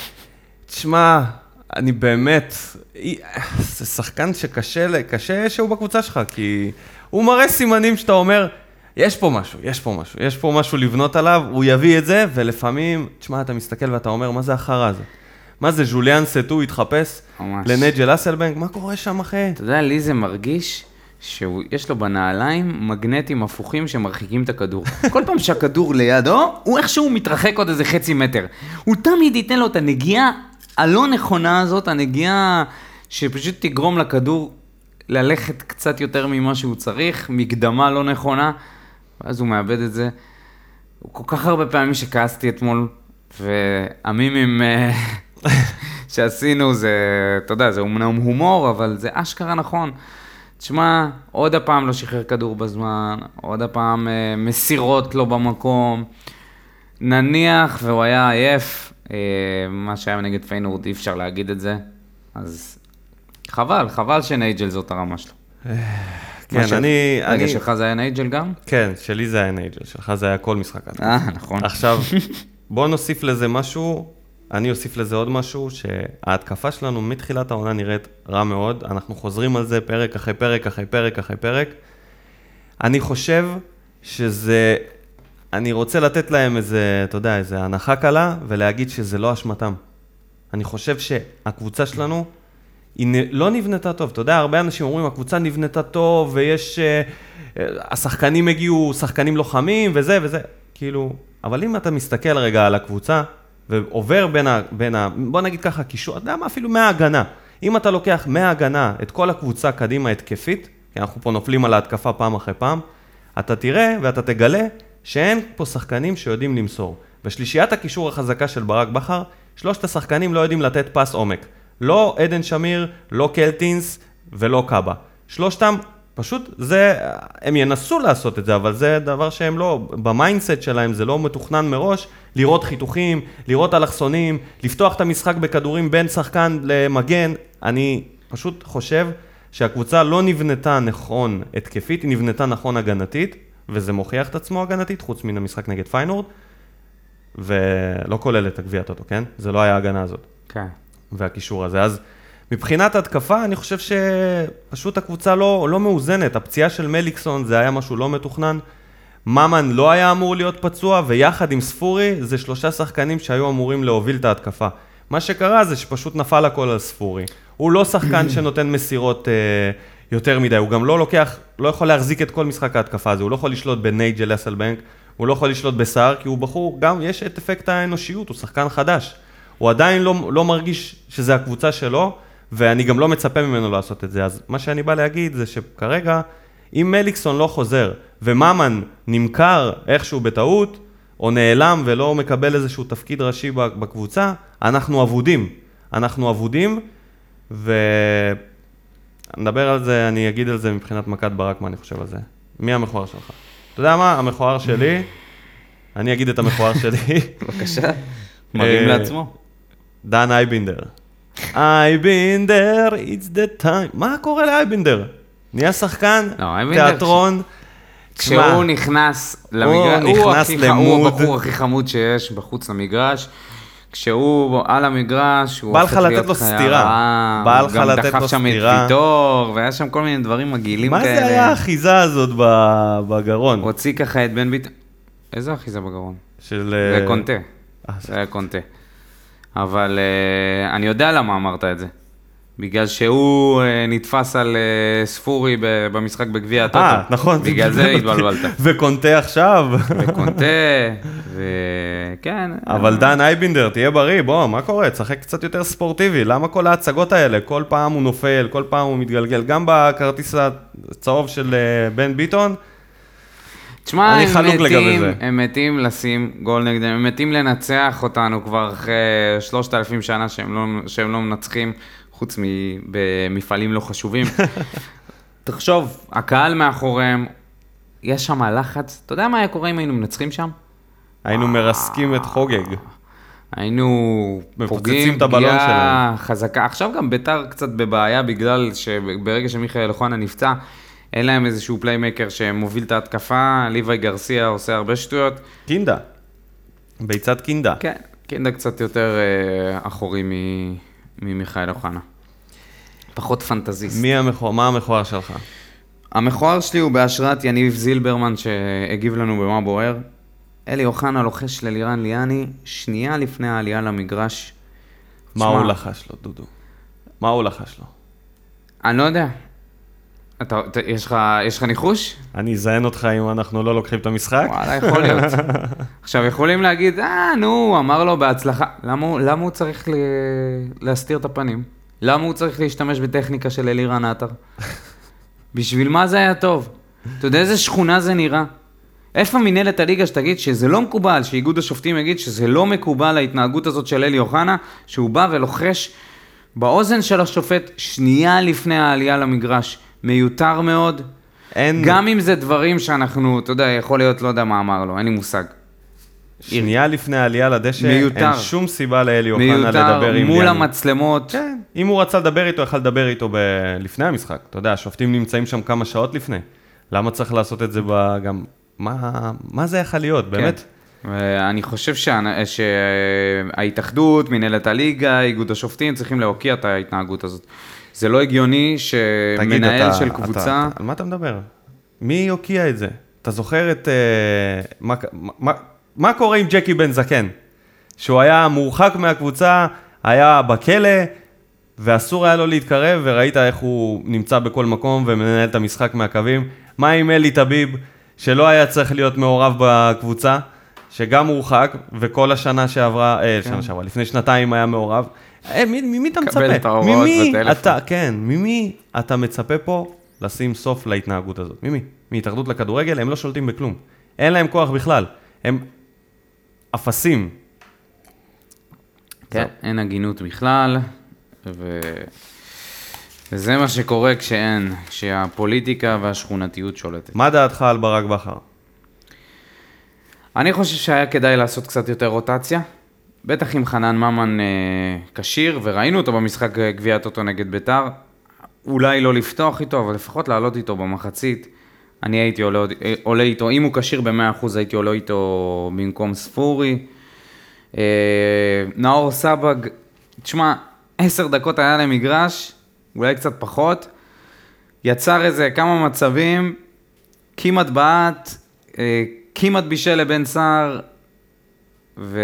Speaker 1: תשמע, אני באמת, זה שחקן שקשה, קשה שהוא בקבוצה שלך, כי הוא מראה סימנים שאתה אומר, יש פה משהו, יש פה משהו, יש פה משהו לבנות עליו, הוא יביא את זה, ולפעמים, תשמע, אתה מסתכל ואתה אומר, מה זה החרא הזה? מה זה, ז'וליאן סטו התחפש לנייג'ל אסלבנק? מה קורה שם, אחי?
Speaker 2: אתה יודע, לי זה מרגיש שיש לו בנעליים מגנטים הפוכים שמרחיקים את הכדור. כל פעם שהכדור לידו, הוא איכשהו מתרחק עוד איזה חצי מטר. הוא תמיד ייתן לו את הנגיעה הלא נכונה הזאת, הנגיעה שפשוט תגרום לכדור ללכת קצת יותר ממה שהוא צריך, מקדמה לא נכונה, ואז הוא מאבד את זה. הוא כל כך הרבה פעמים שכעסתי אתמול, והמימים שעשינו זה, אתה יודע, זה אומנם הומור, אבל זה אשכרה נכון. תשמע, עוד הפעם לא שחרר כדור בזמן, עוד הפעם מסירות לא במקום, נניח והוא היה עייף, מה שהיה נגד פיינורד, אי אפשר להגיד את זה, אז חבל, חבל שנייג'ל זאת הרמה שלו.
Speaker 1: כן, אני...
Speaker 2: רגע, שלך זה היה נייג'ל גם?
Speaker 1: כן, שלי זה היה נייג'ל, שלך זה היה כל משחק.
Speaker 2: אה, נכון.
Speaker 1: עכשיו, בוא נוסיף לזה משהו, אני אוסיף לזה עוד משהו, שההתקפה שלנו מתחילת העונה נראית רע מאוד, אנחנו חוזרים על זה פרק אחרי פרק אחרי פרק אחרי פרק. אני חושב שזה, אני רוצה לתת להם איזה, אתה יודע, איזה הנחה קלה, ולהגיד שזה לא אשמתם. אני חושב שהקבוצה שלנו, היא לא נבנתה טוב, אתה יודע, הרבה אנשים אומרים, הקבוצה נבנתה טוב, ויש, השחקנים הגיעו, שחקנים לוחמים, וזה וזה, כאילו, אבל אם אתה מסתכל רגע על הקבוצה, ועובר בין ה... בין ה בוא נגיד ככה, קישור, אתה יודע מה, אפילו מההגנה. אם אתה לוקח מההגנה את כל הקבוצה קדימה התקפית, כי אנחנו פה נופלים על ההתקפה פעם אחרי פעם, אתה תראה ואתה תגלה שאין פה שחקנים שיודעים למסור. בשלישיית הקישור החזקה של ברק בכר, שלושת השחקנים לא יודעים לתת פס עומק. לא עדן שמיר, לא קלטינס ולא קאבה. שלושתם, פשוט זה, הם ינסו לעשות את זה, אבל זה דבר שהם לא, במיינדסט שלהם זה לא מתוכנן מראש, לראות חיתוכים, לראות אלכסונים, לפתוח את המשחק בכדורים בין שחקן למגן. אני פשוט חושב שהקבוצה לא נבנתה נכון התקפית, היא נבנתה נכון הגנתית, וזה מוכיח את עצמו הגנתית, חוץ מן המשחק נגד פיינורד, ולא כולל את הגביעת אותו, כן? זה לא היה ההגנה הזאת.
Speaker 2: כן.
Speaker 1: והקישור הזה. אז מבחינת התקפה, אני חושב שפשוט הקבוצה לא, לא מאוזנת. הפציעה של מליקסון זה היה משהו לא מתוכנן. ממן לא היה אמור להיות פצוע, ויחד עם ספורי זה שלושה שחקנים שהיו אמורים להוביל את ההתקפה. מה שקרה זה שפשוט נפל הכל על ספורי. הוא לא שחקן שנותן מסירות אה, יותר מדי, הוא גם לא לוקח, לא יכול להחזיק את כל משחק ההתקפה הזה, הוא לא יכול לשלוט בנייג'ל אסלבנק, הוא לא יכול לשלוט בסער, כי הוא בחור, גם יש את אפקט האנושיות, הוא שחקן חדש. הוא עדיין לא, לא מרגיש שזה הקבוצה שלו, ואני גם לא מצפה ממנו לעשות את זה. אז מה שאני בא להגיד זה שכרגע, אם מליקסון לא חוזר, וממן נמכר איכשהו בטעות, או נעלם ולא מקבל איזשהו תפקיד ראשי בקבוצה, אנחנו עבודים. אנחנו עבודים, ונדבר על זה, אני אגיד על זה מבחינת מכת ברק, מה אני חושב על זה. מי המכוער שלך? אתה יודע מה? המכוער שלי, אני אגיד את המכוער שלי.
Speaker 2: בבקשה, מרים לעצמו.
Speaker 1: דן אייבינדר. אייבינדר, it's the time. מה קורה לאייבינדר? נהיה שחקן, תיאטרון.
Speaker 2: כשהוא נכנס למגרש, הוא הבחור הכי חמוד שיש בחוץ למגרש. כשהוא על המגרש, הוא
Speaker 1: בא
Speaker 2: הופך
Speaker 1: לך לתת
Speaker 2: להיות
Speaker 1: לו
Speaker 2: חיה
Speaker 1: סטירה.
Speaker 2: רעה,
Speaker 1: בא
Speaker 2: הוא
Speaker 1: לך
Speaker 2: גם
Speaker 1: לתת
Speaker 2: דחף
Speaker 1: לו
Speaker 2: שם את
Speaker 1: סטירה.
Speaker 2: ויטור, והיה שם כל מיני דברים מגעילים
Speaker 1: מה
Speaker 2: כאלה.
Speaker 1: זה היה האחיזה הזאת ב- בגרון?
Speaker 2: הוציא ככה את בן ביטון. איזה אחיזה בגרון?
Speaker 1: של...
Speaker 2: זה קונטה.
Speaker 1: אה,
Speaker 2: זה היה קונטה. אבל uh, אני יודע למה אמרת את זה. בגלל שהוא uh, נתפס על uh, ספורי ב- במשחק בגביע הטוטו.
Speaker 1: אה, נכון.
Speaker 2: בגלל זה התבלבלת.
Speaker 1: וקונטה עכשיו.
Speaker 2: וקונטה, וכן.
Speaker 1: אבל דן אייבינדר, תהיה בריא, בוא, מה קורה? תשחק קצת יותר ספורטיבי. למה כל ההצגות האלה? כל פעם הוא נופל, כל פעם הוא מתגלגל. גם בכרטיס הצהוב של uh, בן ביטון,
Speaker 2: תשמע,
Speaker 1: אני
Speaker 2: הם
Speaker 1: חלוק לגבי
Speaker 2: מתים,
Speaker 1: זה.
Speaker 2: הם מתים לשים גול נגדם, הם מתים לנצח אותנו כבר אחרי שלושת אלפים שנה שהם לא, שהם לא מנצחים, חוץ במפעלים לא חשובים. תחשוב, הקהל מאחוריהם, יש שם לחץ, אתה יודע מה היה קורה אם היינו מנצחים שם?
Speaker 1: היינו מרסקים את חוגג.
Speaker 2: היינו
Speaker 1: מפוצצים
Speaker 2: פוגעים
Speaker 1: את הבלון
Speaker 2: פגיעה חזקה. עכשיו גם ביתר קצת בבעיה, בגלל שברגע שמיכאל אוחנה נפצע, אין להם איזשהו פליימקר שמוביל את ההתקפה, ליוואי גרסיה עושה הרבה שטויות.
Speaker 1: קינדה. ביצת קינדה.
Speaker 2: כן, קינדה קצת יותר אה, אחורי מ- ממיכאל אוחנה. פחות פנטזיסט.
Speaker 1: מי המכוער, מה המכוער שלך?
Speaker 2: המכוער שלי הוא בהשראת יניב זילברמן שהגיב לנו במה בוער. אלי אוחנה לוחש ללירן ליאני, שנייה לפני העלייה למגרש.
Speaker 1: מה
Speaker 2: שמה,
Speaker 1: הוא לחש לו, דודו? מה הוא לחש לו?
Speaker 2: אני לא יודע. אתה, אתה, יש לך, יש לך ניחוש?
Speaker 1: אני אזיין אותך אם אנחנו לא לוקחים את המשחק?
Speaker 2: וואלה, יכול להיות. עכשיו, יכולים להגיד, אה, נו, הוא אמר לו בהצלחה. למה, הוא- למה הוא צריך ל... להסתיר את הפנים? למה הוא צריך להשתמש בטכניקה של אלירן עטר? בשביל מה זה היה טוב? אתה יודע איזה שכונה זה נראה? איפה מנהלת הליגה שתגיד שזה לא מקובל, שאיגוד השופטים יגיד שזה לא מקובל ההתנהגות הזאת של אלי אוחנה, שהוא בא ולוחש באוזן של השופט שנייה לפני העלייה למגרש. מיותר מאוד.
Speaker 1: אין...
Speaker 2: גם אם זה דברים שאנחנו, אתה יודע, יכול להיות, לא יודע מה אמר לו, אין לי מושג.
Speaker 1: שנייה לפני העלייה לדשא,
Speaker 2: מיותר.
Speaker 1: אין שום סיבה לאלי אוחנה
Speaker 2: מיותר,
Speaker 1: לדבר עם
Speaker 2: מול
Speaker 1: ליאני.
Speaker 2: המצלמות.
Speaker 1: כן, אם הוא רצה לדבר איתו, יכל לדבר איתו ב... לפני המשחק. אתה יודע, השופטים נמצאים שם כמה שעות לפני. למה צריך לעשות את זה ב... גם... מה, מה זה יכול להיות, באמת?
Speaker 2: ואני חושב שה... שההתאחדות, מנהלת הליגה, איגוד השופטים, צריכים להוקיע את ההתנהגות הזאת. זה לא הגיוני
Speaker 1: תגיד,
Speaker 2: שמנהל
Speaker 1: אתה,
Speaker 2: של קבוצה...
Speaker 1: אתה, על מה אתה מדבר? מי יוקיע את זה? אתה זוכר את... אה, מה, מה, מה קורה עם ג'קי בן זקן? שהוא היה מורחק מהקבוצה, היה בכלא, ואסור היה לו להתקרב, וראית איך הוא נמצא בכל מקום ומנהל את המשחק מהקווים. מה עם אלי טביב, שלא היה צריך להיות מעורב בקבוצה, שגם מורחק, וכל השנה שעברה, אה, שנה שעברה, לפני שנתיים היה מעורב. אה, מי, ממי אתה מצפה?
Speaker 2: קבל את ההוראות
Speaker 1: ממי
Speaker 2: בטלפון.
Speaker 1: אתה, כן, ממי אתה מצפה פה לשים סוף להתנהגות הזאת? ממי? מהתאחדות לכדורגל, הם לא שולטים בכלום. אין להם כוח בכלל. הם אפסים.
Speaker 2: כן, אין הגינות בכלל, ו... וזה מה שקורה כשאין, כשהפוליטיקה והשכונתיות שולטת.
Speaker 1: מה דעתך על ברק בכר?
Speaker 2: אני חושב שהיה כדאי לעשות קצת יותר רוטציה, בטח עם חנן ממן אה, כשיר, וראינו אותו במשחק גביע הטוטו נגד ביתר, אולי לא לפתוח איתו, אבל לפחות לעלות איתו במחצית. אני הייתי עולה, עולה איתו, אם הוא כשיר ב-מאה אחוז הייתי עולה איתו במקום ספורי. אה, נאור סבג, תשמע, עשר דקות היה למגרש, אולי קצת פחות, יצר איזה כמה מצבים, כמעט בעט, אה, כמעט בישל לבן סער, ו...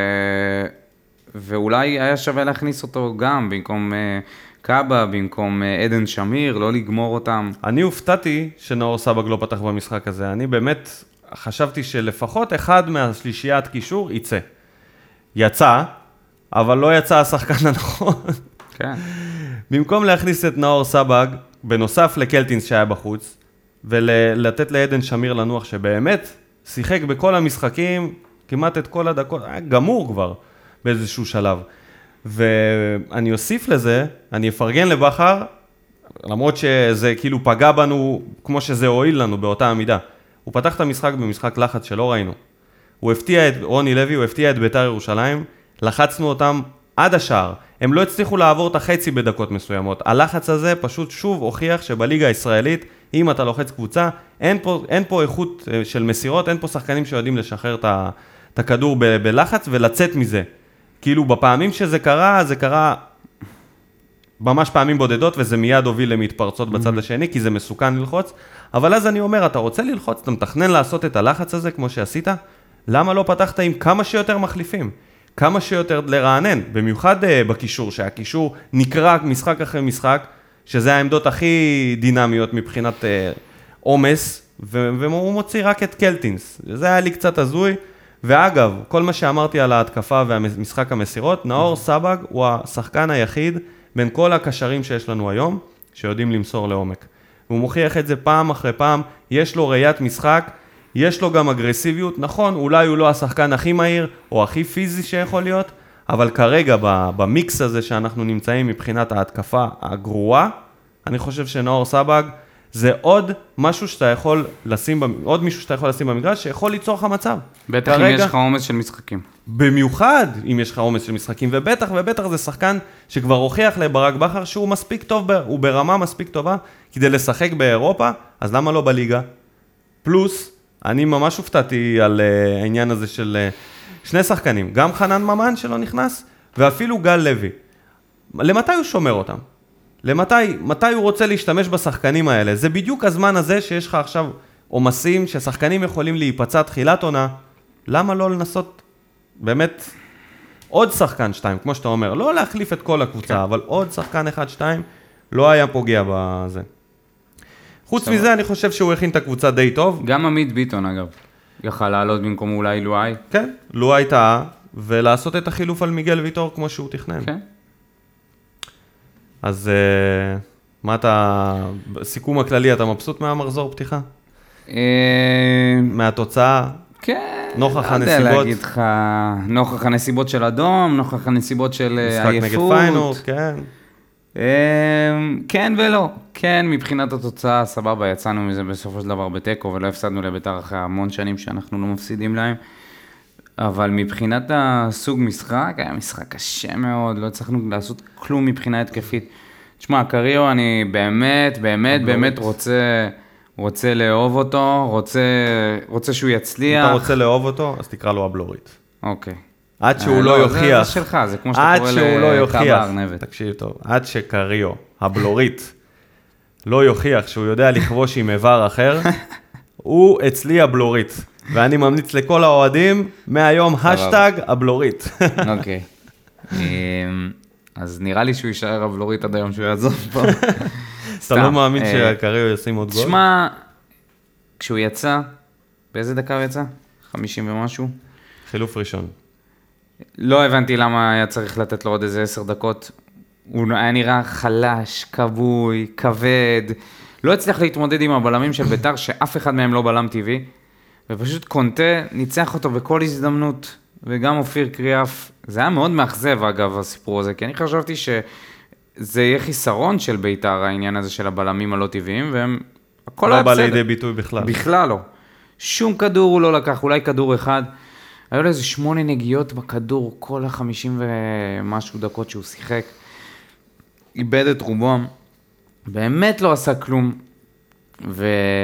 Speaker 2: ואולי היה שווה להכניס אותו גם, במקום אה, קאבה, במקום אה, עדן שמיר, לא לגמור אותם.
Speaker 1: אני הופתעתי שנאור סבג לא פתח במשחק הזה. אני באמת חשבתי שלפחות אחד מהשלישיית קישור יצא. יצא, אבל לא יצא השחקן הנכון.
Speaker 2: כן.
Speaker 1: במקום להכניס את נאור סבג, בנוסף לקלטינס שהיה בחוץ, ולתת לעדן שמיר לנוח שבאמת שיחק בכל המשחקים, כמעט את כל הדקות, היה גמור כבר באיזשהו שלב. ואני אוסיף לזה, אני אפרגן לבכר, למרות שזה כאילו פגע בנו, כמו שזה הועיל לנו באותה המידה. הוא פתח את המשחק במשחק לחץ שלא ראינו. הוא הפתיע את רוני לוי, הוא הפתיע את ביתר ירושלים, לחצנו אותם עד השער. הם לא הצליחו לעבור את החצי בדקות מסוימות. הלחץ הזה פשוט שוב הוכיח שבליגה הישראלית, אם אתה לוחץ קבוצה, אין פה, אין פה איכות של מסירות, אין פה שחקנים שיודעים לשחרר את הכדור ב- בלחץ ולצאת מזה. כאילו בפעמים שזה קרה, זה קרה ממש פעמים בודדות, וזה מיד הוביל למתפרצות בצד השני, כי זה מסוכן ללחוץ, אבל אז אני אומר, אתה רוצה ללחוץ, אתה מתכנן לעשות את הלחץ הזה, כמו שעשית, למה לא פתחת עם כמה שיותר מחליפים? כמה שיותר לרענן, במיוחד בקישור, שהקישור נקרא משחק אחרי משחק, שזה העמדות הכי דינמיות מבחינת עומס, והוא מוציא רק את קלטינס. זה היה לי קצת הזוי, ואגב, כל מה שאמרתי על ההתקפה והמשחק המסירות, נאור סבג הוא השחקן היחיד בין כל הקשרים שיש לנו היום, שיודעים למסור לעומק. והוא מוכיח את זה פעם אחרי פעם, יש לו ראיית משחק, יש לו גם אגרסיביות, נכון, אולי הוא לא השחקן הכי מהיר, או הכי פיזי שיכול להיות, אבל כרגע במיקס הזה שאנחנו נמצאים מבחינת ההתקפה הגרועה, אני חושב שנאור סבג זה עוד משהו שאתה יכול לשים, עוד מישהו שאתה יכול לשים במגרש, שיכול ליצור לך מצב.
Speaker 2: בטח כרגע, אם יש לך עומס של משחקים.
Speaker 1: במיוחד אם יש לך עומס של משחקים, ובטח ובטח זה שחקן שכבר הוכיח לברק בכר שהוא מספיק טוב, הוא ברמה מספיק טובה, כדי לשחק באירופה, אז למה לא בליגה? פלוס, אני ממש הופתעתי על uh, העניין הזה של uh, שני שחקנים, גם חנן ממן שלא נכנס, ואפילו גל לוי. למתי הוא שומר אותם? למתי, מתי הוא רוצה להשתמש בשחקנים האלה? זה בדיוק הזמן הזה שיש לך עכשיו עומסים, ששחקנים יכולים להיפצע תחילת עונה, למה לא לנסות באמת עוד שחקן שתיים, כמו שאתה אומר, לא להחליף את כל הקבוצה, כן. אבל עוד שחקן אחד שתיים, לא היה פוגע בזה. חוץ מזה, אני חושב שהוא הכין את הקבוצה די טוב.
Speaker 2: גם עמית ביטון, אגב. יכל לעלות במקום אולי לואי.
Speaker 1: כן, לואי טעה, ולעשות את החילוף על מיגל ויטור כמו שהוא תכנן.
Speaker 2: כן.
Speaker 1: אז מה אתה, בסיכום הכללי, אתה מבסוט מהמחזור פתיחה? מהתוצאה?
Speaker 2: כן.
Speaker 1: נוכח הנסיבות?
Speaker 2: לא יודע להגיד לך, נוכח הנסיבות של אדום, נוכח הנסיבות של עייפות.
Speaker 1: משחק נגד פיינורד, כן.
Speaker 2: כן ולא, כן, מבחינת התוצאה, סבבה, יצאנו מזה בסופו של דבר בטקו, ולא הפסדנו לביתר אחרי המון שנים שאנחנו לא מפסידים להם, אבל מבחינת הסוג משחק, היה משחק קשה מאוד, לא הצלחנו לעשות כלום מבחינה התקפית. תשמע, קריו, אני באמת, באמת, באמת רוצה, רוצה לאהוב אותו, רוצה, רוצה שהוא יצליח.
Speaker 1: אם אתה רוצה לאהוב אותו, אז תקרא לו הבלורית.
Speaker 2: אוקיי.
Speaker 1: עד שהוא לא יוכיח,
Speaker 2: זה שלך, זה כמו שאתה קורא לקאבה ארנבת.
Speaker 1: תקשיב טוב, עד שקריו, הבלורית, לא יוכיח שהוא יודע לכבוש עם איבר אחר, הוא אצלי הבלורית. ואני ממליץ לכל האוהדים, מהיום השטג הבלורית.
Speaker 2: אוקיי. אז נראה לי שהוא יישאר הבלורית עד היום שהוא יעזוב פה.
Speaker 1: אתה לא מאמין שקריו ישים עוד גול?
Speaker 2: תשמע, כשהוא יצא, באיזה דקה הוא יצא? חמישים ומשהו?
Speaker 1: חילוף ראשון.
Speaker 2: לא הבנתי למה היה צריך לתת לו עוד איזה עשר דקות. הוא היה נראה חלש, כבוי, כבד. לא הצליח להתמודד עם הבלמים של ביתר, שאף אחד מהם לא בלם טבעי. ופשוט קונטה ניצח אותו בכל הזדמנות. וגם אופיר קריאף. זה היה מאוד מאכזב, אגב, הסיפור הזה. כי אני חשבתי שזה יהיה חיסרון של ביתר, העניין הזה של הבלמים הלא טבעיים, והם... הכל היה
Speaker 1: בסדר. לא בא לידי
Speaker 2: בסדר.
Speaker 1: ביטוי בכלל.
Speaker 2: בכלל לא. שום כדור הוא לא לקח, אולי כדור אחד. היו לו איזה שמונה נגיעות בכדור, כל החמישים ומשהו דקות שהוא שיחק. איבד את רובם. באמת לא עשה כלום. ואתה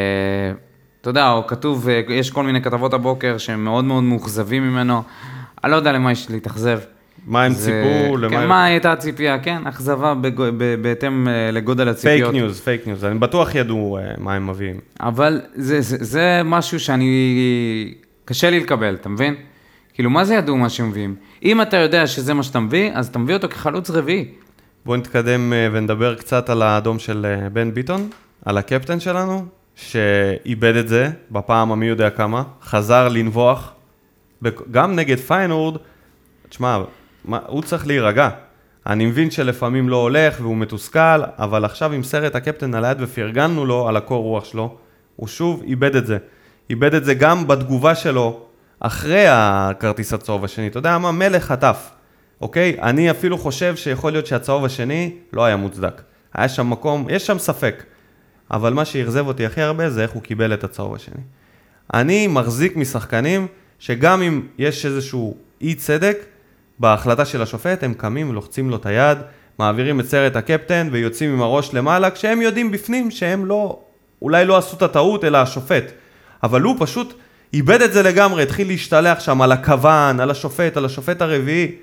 Speaker 2: יודע, הוא כתוב, יש כל מיני כתבות הבוקר שהם מאוד מאוד מאוכזבים ממנו. אני לא יודע למה יש להתאכזב.
Speaker 1: מה הם ציפו?
Speaker 2: כן,
Speaker 1: למה...
Speaker 2: מה הייתה הציפייה? כן, אכזבה בהתאם לגודל הציפיות.
Speaker 1: פייק ניוז, פייק ניוז. אני בטוח ידעו מה הם מביאים.
Speaker 2: אבל זה, זה, זה משהו שאני... קשה לי לקבל, אתה מבין? כאילו, מה זה ידעו מה שמביאים? אם אתה יודע שזה מה שאתה מביא, אז אתה מביא אותו כחלוץ רביעי.
Speaker 1: בואו נתקדם ונדבר קצת על האדום של בן ביטון, על הקפטן שלנו, שאיבד את זה בפעם המי יודע כמה, חזר לנבוח, גם נגד פיינורד, תשמע, הוא צריך להירגע. אני מבין שלפעמים לא הולך והוא מתוסכל, אבל עכשיו עם סרט הקפטן על היד ופרגנו לו על הקור רוח שלו, הוא שוב איבד את זה. איבד את זה גם בתגובה שלו, אחרי הכרטיס הצהוב השני. אתה יודע מה? מלך חטף. אוקיי? אני אפילו חושב שיכול להיות שהצהוב השני לא היה מוצדק. היה שם מקום, יש שם ספק. אבל מה שירזב אותי הכי הרבה זה איך הוא קיבל את הצהוב השני. אני מחזיק משחקנים שגם אם יש איזשהו אי צדק בהחלטה של השופט, הם קמים ולוחצים לו את היד, מעבירים את סרט הקפטן ויוצאים עם הראש למעלה, כשהם יודעים בפנים שהם לא, אולי לא עשו את הטעות אלא השופט. אבל הוא פשוט איבד את זה לגמרי, התחיל להשתלח שם על הכוון, על השופט, על השופט הרביעי.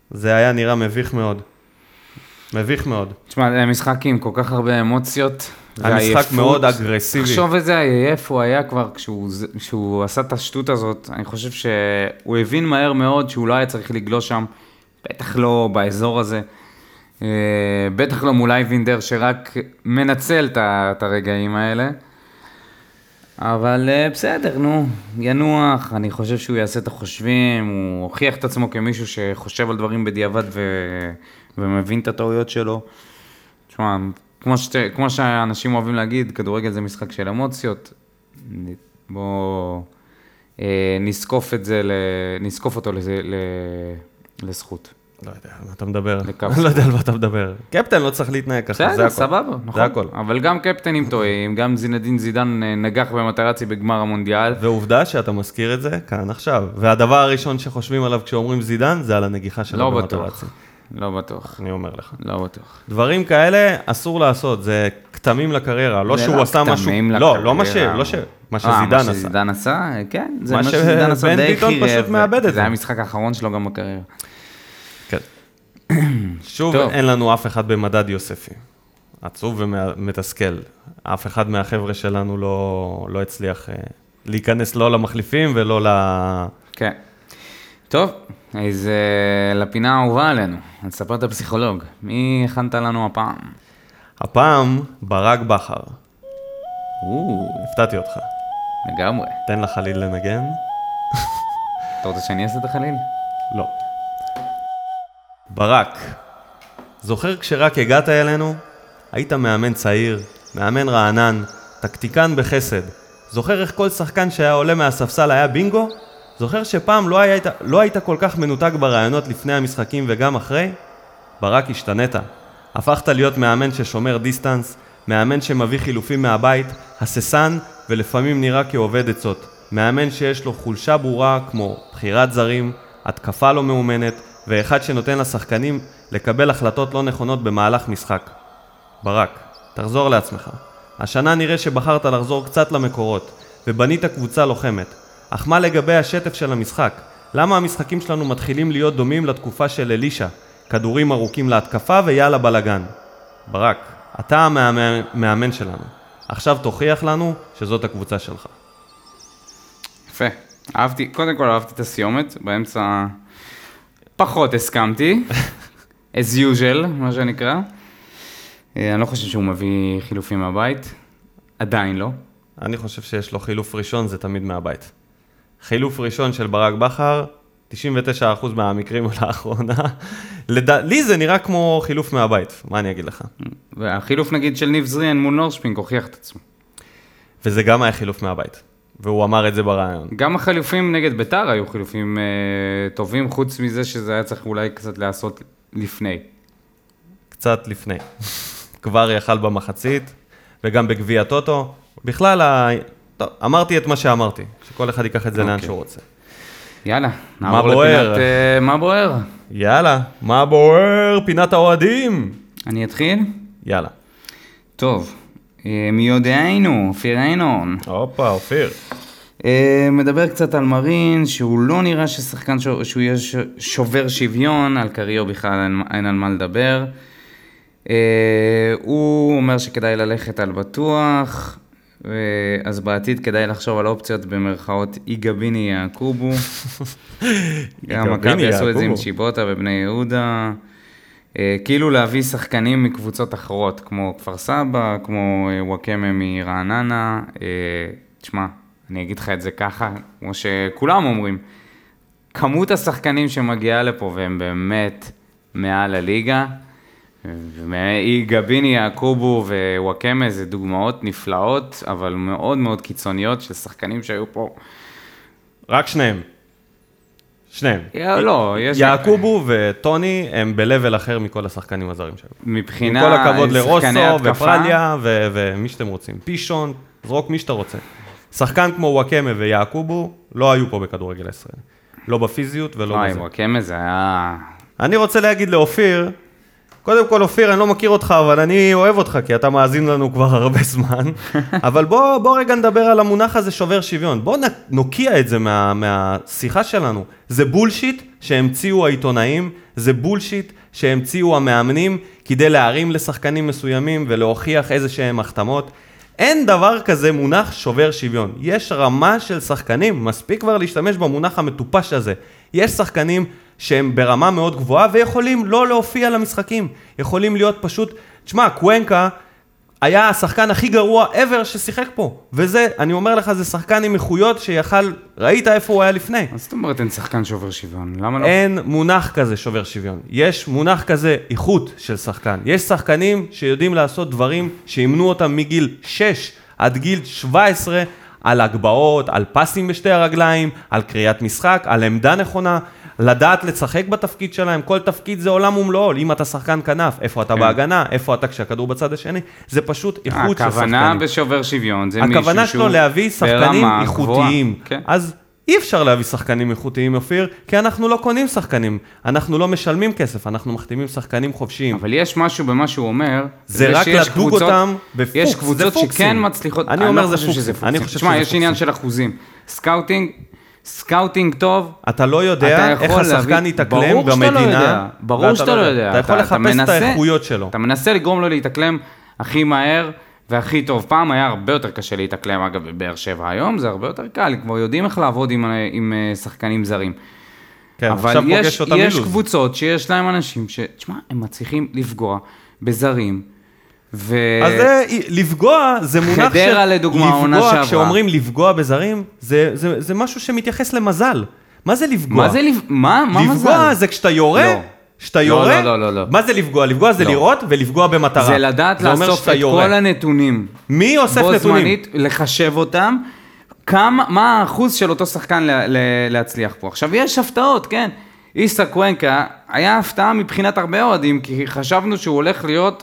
Speaker 1: זה היה נראה מביך מאוד. מביך מאוד.
Speaker 2: תשמע, זה משחק עם כל כך הרבה אמוציות.
Speaker 1: המשחק מאוד אגרסיבי.
Speaker 2: תחשוב איזה עייף הוא היה כבר כשהוא, כשהוא עשה את השטות הזאת. אני חושב שהוא הבין מהר מאוד שהוא לא היה צריך לגלוש שם, בטח לא באזור הזה. בטח לא מול אייבינדר שרק מנצל את הרגעים האלה. אבל בסדר, נו, ינוח, אני חושב שהוא יעשה את החושבים, הוא הוכיח את עצמו כמישהו שחושב על דברים בדיעבד ו... ומבין את הטעויות שלו. תשמע, כמו, ש... כמו שאנשים אוהבים להגיד, כדורגל זה משחק של אמוציות, בואו אה, נזקוף את זה, ל... נזקוף אותו לזה, ל... לזכות.
Speaker 1: לא יודע על מה אתה מדבר, לא יודע על מה אתה מדבר. קפטן לא צריך להתנהג ככה, זה
Speaker 2: בסדר,
Speaker 1: הכל.
Speaker 2: סבבה, נכון.
Speaker 1: זה הכל.
Speaker 2: אבל גם קפטנים טועים, גם זינדין זידן נגח במטרצי בגמר המונדיאל.
Speaker 1: ועובדה שאתה מזכיר את זה כאן עכשיו. והדבר הראשון שחושבים עליו כשאומרים זידן, זה על הנגיחה שלו
Speaker 2: לא
Speaker 1: במטרצי.
Speaker 2: בטוח, לא בטוח,
Speaker 1: אני אומר לך.
Speaker 2: לא בטוח.
Speaker 1: דברים כאלה אסור לעשות, זה כתמים לקריירה, לא שהוא עשה משהו... לא, לא מה ש... לא ש... מה שזידן עשה.
Speaker 2: מה שזידן עשה, כן.
Speaker 1: מה שבן ביטון פשוט מאבד את זה.
Speaker 2: זה היה המשחק האחרון שלו גם בקריירה.
Speaker 1: כן. שוב, אין לנו אף אחד במדד יוספי. עצוב ומתסכל. אף אחד מהחבר'ה שלנו לא, לא הצליח להיכנס לא למחליפים ולא ל...
Speaker 2: כן. טוב, אז לפינה האהובה עלינו. אז ספר את הפסיכולוג. מי הכנת לנו הפעם?
Speaker 1: הפעם ברק בכר.
Speaker 2: או,
Speaker 1: הפתעתי אותך.
Speaker 2: לגמרי.
Speaker 1: תן לחליל לנגן.
Speaker 2: אתה רוצה שאני אעשה את החליל?
Speaker 1: לא. ברק, זוכר כשרק הגעת אלינו? היית מאמן צעיר, מאמן רענן, טקטיקן בחסד. זוכר איך כל שחקן שהיה עולה מהספסל היה בינגו? זוכר שפעם לא היית, לא היית כל כך מנותק ברעיונות לפני המשחקים וגם אחרי? ברק, השתנית. הפכת להיות מאמן ששומר דיסטנס, מאמן שמביא חילופים מהבית, הססן ולפעמים נראה כעובד עצות. מאמן שיש לו חולשה ברורה כמו בחירת זרים, התקפה לא מאומנת, ואחד שנותן לשחקנים לקבל החלטות לא נכונות במהלך משחק. ברק, תחזור לעצמך. השנה נראה שבחרת לחזור קצת למקורות, ובנית קבוצה לוחמת. אך מה לגבי השטף של המשחק? למה המשחקים שלנו מתחילים להיות דומים לתקופה של אלישה? כדורים ארוכים להתקפה ויאללה בלגן. ברק, אתה המאמן שלנו. עכשיו תוכיח לנו שזאת הקבוצה שלך.
Speaker 2: יפה. אהבתי, קודם כל אהבתי את הסיומת, באמצע פחות הסכמתי, as usual, מה שנקרא. אני לא חושב שהוא מביא חילופים מהבית, עדיין לא.
Speaker 1: אני חושב שיש לו חילוף ראשון, זה תמיד מהבית. חילוף ראשון של ברק בכר, תשעים ותשעה אחוז מהמקרים לאחרונה. לד... לי זה נראה כמו חילוף מהבית, מה אני אגיד לך?
Speaker 2: והחילוף נגיד של ניב זריאן מול נורשפינק הוכיח את עצמו.
Speaker 1: וזה גם היה חילוף מהבית, והוא אמר את זה ברעיון.
Speaker 2: גם החילופים נגד ביתר היו חילופים אה, טובים, חוץ מזה שזה היה צריך אולי קצת לעשות לפני.
Speaker 1: קצת לפני. כבר יחל במחצית, וגם בגביע טוטו. בכלל, ה... טוב, אמרתי את מה שאמרתי, שכל אחד ייקח את זה לאן שהוא רוצה.
Speaker 2: יאללה, נעבור לפינת uh, מה בוער.
Speaker 1: יאללה, מה בוער? פינת האוהדים.
Speaker 2: אני אתחיל?
Speaker 1: יאללה.
Speaker 2: טוב, מי יודענו, אופיר עינון.
Speaker 1: הופה, אופיר.
Speaker 2: מדבר קצת על מרין, שהוא לא נראה ששחקן שהוא יהיה שובר שוויון, על קריו בכלל אין על מה לדבר. הוא אומר שכדאי ללכת על בטוח, אז בעתיד כדאי לחשוב על אופציות במרכאות איגביני יעקובו. גם מכבי עשו את זה עם צ'יבוטה ובני יהודה. כאילו להביא שחקנים מקבוצות אחרות, כמו כפר סבא, כמו וואקמה מרעננה. תשמע, אני אגיד לך את זה ככה, כמו שכולם אומרים, כמות השחקנים שמגיעה לפה והם באמת מעל הליגה, גביני, יעקובו ווואקמה זה דוגמאות נפלאות, אבל מאוד מאוד קיצוניות של שחקנים שהיו פה.
Speaker 1: רק שניהם. שניהם.
Speaker 2: לא, יש...
Speaker 1: יעקובו וטוני הם בלבל אחר מכל השחקנים הזרים שלו.
Speaker 2: מבחינה...
Speaker 1: עם כל הכבוד לרוסו ופרליה ומי שאתם רוצים. פישון, זרוק מי שאתה רוצה. שחקן כמו וואקמה ויעקובו לא היו פה בכדורגל הישראלי. לא בפיזיות ולא בזה.
Speaker 2: וואי, וואקמה זה היה...
Speaker 1: אני רוצה להגיד לאופיר, קודם כל, אופיר, אני לא מכיר אותך, אבל אני אוהב אותך, כי אתה מאזין לנו כבר הרבה זמן. אבל בוא, בוא רגע נדבר על המונח הזה שובר שוויון. בוא נוקיע את זה מה, מהשיחה שלנו. זה בולשיט שהמציאו העיתונאים, זה בולשיט שהמציאו המאמנים, כדי להרים לשחקנים מסוימים ולהוכיח איזה שהם החתמות. אין דבר כזה מונח שובר שוויון. יש רמה של שחקנים, מספיק כבר להשתמש במונח המטופש הזה. יש שחקנים שהם ברמה מאוד גבוהה ויכולים לא להופיע למשחקים. יכולים להיות פשוט, תשמע, קוונקה היה השחקן הכי גרוע ever ששיחק פה. וזה, אני אומר לך, זה שחקן עם איכויות שיכל, ראית איפה הוא היה לפני.
Speaker 2: אז זאת אומרת, אין שחקן שובר שוויון, למה לא?
Speaker 1: אין מונח כזה שובר שוויון. יש מונח כזה איכות של שחקן. יש שחקנים שיודעים לעשות דברים שימנו אותם מגיל שש עד גיל שבע עשרה, על הגבעות, על פסים בשתי הרגליים, על קריאת משחק, על עמדה נכונה, לדעת לשחק בתפקיד שלהם. כל תפקיד זה עולם ומלואו. אם אתה שחקן כנף, איפה אתה בהגנה, איפה אתה כשהכדור בצד השני, זה פשוט איכות של שחקנים.
Speaker 2: הכוונה בשובר שוויון זה מישהו שהוא
Speaker 1: הכוונה שלו להביא שחקנים איכותיים.
Speaker 2: כן.
Speaker 1: אז אי אפשר להביא שחקנים איכותיים, אופיר, כי אנחנו לא קונים שחקנים. אנחנו לא משלמים כסף, אנחנו מחתימים שחקנים חופשיים.
Speaker 2: אבל יש משהו במה שהוא אומר,
Speaker 1: זה רק לדוג אותם בפוקס.
Speaker 2: יש קבוצות שכן מצליחות,
Speaker 1: אני אומר זה פוקסים.
Speaker 2: תשמע, יש עניין של אחוזים. סקאוטינג, סקאוטינג טוב.
Speaker 1: אתה לא יודע איך השחקן יתאקלם במדינה.
Speaker 2: ברור שאתה לא יודע.
Speaker 1: אתה יכול לחפש את האיכויות שלו.
Speaker 2: אתה מנסה לגרום לו להתאקלם הכי מהר והכי טוב. פעם היה הרבה יותר קשה להתאקלם, אגב, בבאר שבע. היום זה הרבה יותר קל, כבר יודעים איך לעבוד עם, עם שחקנים זרים.
Speaker 1: כן,
Speaker 2: אבל יש, יש קבוצות שיש להם אנשים ש... תשמע, הם מצליחים לפגוע בזרים. ו...
Speaker 1: אז זה, לפגוע זה מונח של...
Speaker 2: חדרה לדוגמה, עונה שעברה.
Speaker 1: כשאומרים לפגוע בזרים, זה, זה, זה משהו שמתייחס למזל. מה זה לפגוע?
Speaker 2: מה זה לפ... מה? מה מזל?
Speaker 1: לפגוע זה כשאתה יורה...
Speaker 2: לא.
Speaker 1: שאתה יורה,
Speaker 2: לא, לא, לא, לא.
Speaker 1: מה זה לפגוע? לפגוע זה
Speaker 2: לא.
Speaker 1: לראות ולפגוע במטרה.
Speaker 2: זה לדעת
Speaker 1: זה
Speaker 2: לאסוף את
Speaker 1: יורה.
Speaker 2: כל הנתונים.
Speaker 1: מי אוסף
Speaker 2: בו
Speaker 1: נתונים?
Speaker 2: זמנית, לחשב אותם, כמה, מה האחוז של אותו שחקן לה, לה, להצליח פה. עכשיו, יש הפתעות, כן. איסה קוונקה היה הפתעה מבחינת הרבה אוהדים, כי חשבנו שהוא הולך להיות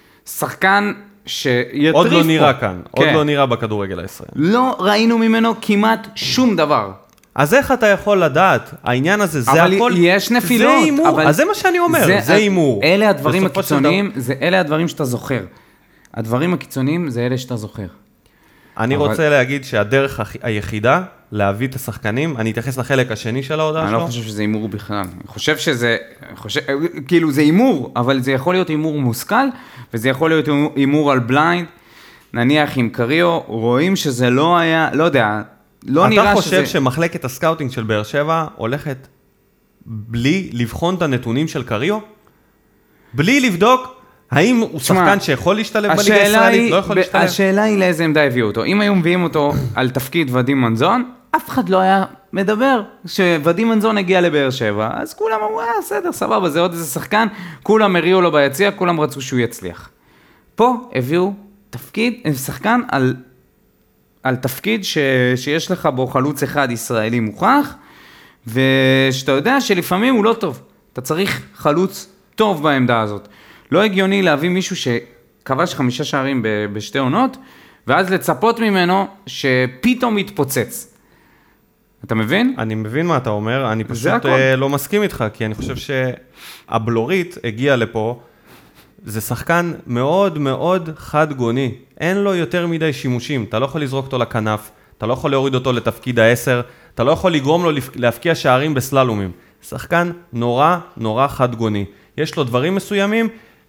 Speaker 2: שחקן שיטריף פה.
Speaker 1: עוד לא נראה כאן,
Speaker 2: כן.
Speaker 1: עוד לא נראה בכדורגל הישראלי.
Speaker 2: לא ראינו ממנו כמעט שום דבר.
Speaker 1: אז איך אתה יכול לדעת? העניין הזה, זה
Speaker 2: אבל
Speaker 1: הכל...
Speaker 2: יש נפילות.
Speaker 1: זה אימור,
Speaker 2: אבל...
Speaker 1: אז זה מה שאני אומר, זה, זה אימור.
Speaker 2: אלה הדברים הקיצוניים, זה אלה הדברים שאתה זוכר. הדברים הקיצוניים זה אלה שאתה זוכר.
Speaker 1: אני
Speaker 2: אבל...
Speaker 1: רוצה להגיד שהדרך היחידה להביא את השחקנים, אני אתייחס לחלק השני של ההודעה שלו.
Speaker 2: אני לא חושב שזה אימור בכלל. אני חושב שזה, חושב, כאילו זה אימור, אבל זה יכול להיות אימור מושכל, וזה יכול להיות אימור על בליינד. נניח עם קריו, רואים שזה לא היה, לא יודע, לא נראה שזה...
Speaker 1: אתה חושב שמחלקת הסקאוטינג של באר שבע הולכת בלי לבחון את הנתונים של קריו? בלי לבדוק האם הוא שחקן שיכול להשתלב בליגה הישראלית? לא יכול להשתלב?
Speaker 2: השאלה היא לאיזה עמדה הביאו אותו. אם היו מביאים אותו על תפקיד ודים מנזון, אף אחד לא היה מדבר. כשודים מנזון הגיע לבאר שבע, אז כולם אמרו, אה, בסדר, סבבה, זה עוד איזה שחקן, כולם הריעו לו ביציע, כולם רצו שהוא יצליח. פה הביאו תפקיד, שחקן על, על תפקיד ש, שיש לך בו חלוץ אחד ישראלי מוכח, ושאתה יודע שלפעמים הוא לא טוב. אתה צריך חלוץ טוב בעמדה הזאת. לא הגיוני להביא מישהו שכבש חמישה שערים בשתי עונות, ואז לצפות ממנו שפתאום יתפוצץ. אתה מבין?
Speaker 1: אני מבין מה אתה אומר, אני פשוט לא מסכים איתך, כי אני חושב שהבלורית הגיע לפה, זה שחקן מאוד מאוד חד גוני, אין לו יותר מדי שימושים, אתה לא יכול לזרוק אותו לכנף, אתה לא יכול להוריד אותו לתפקיד העשר, אתה לא יכול לגרום לו להפקיע שערים בסללומים. שחקן נורא נורא חד גוני. יש לו דברים מסוימים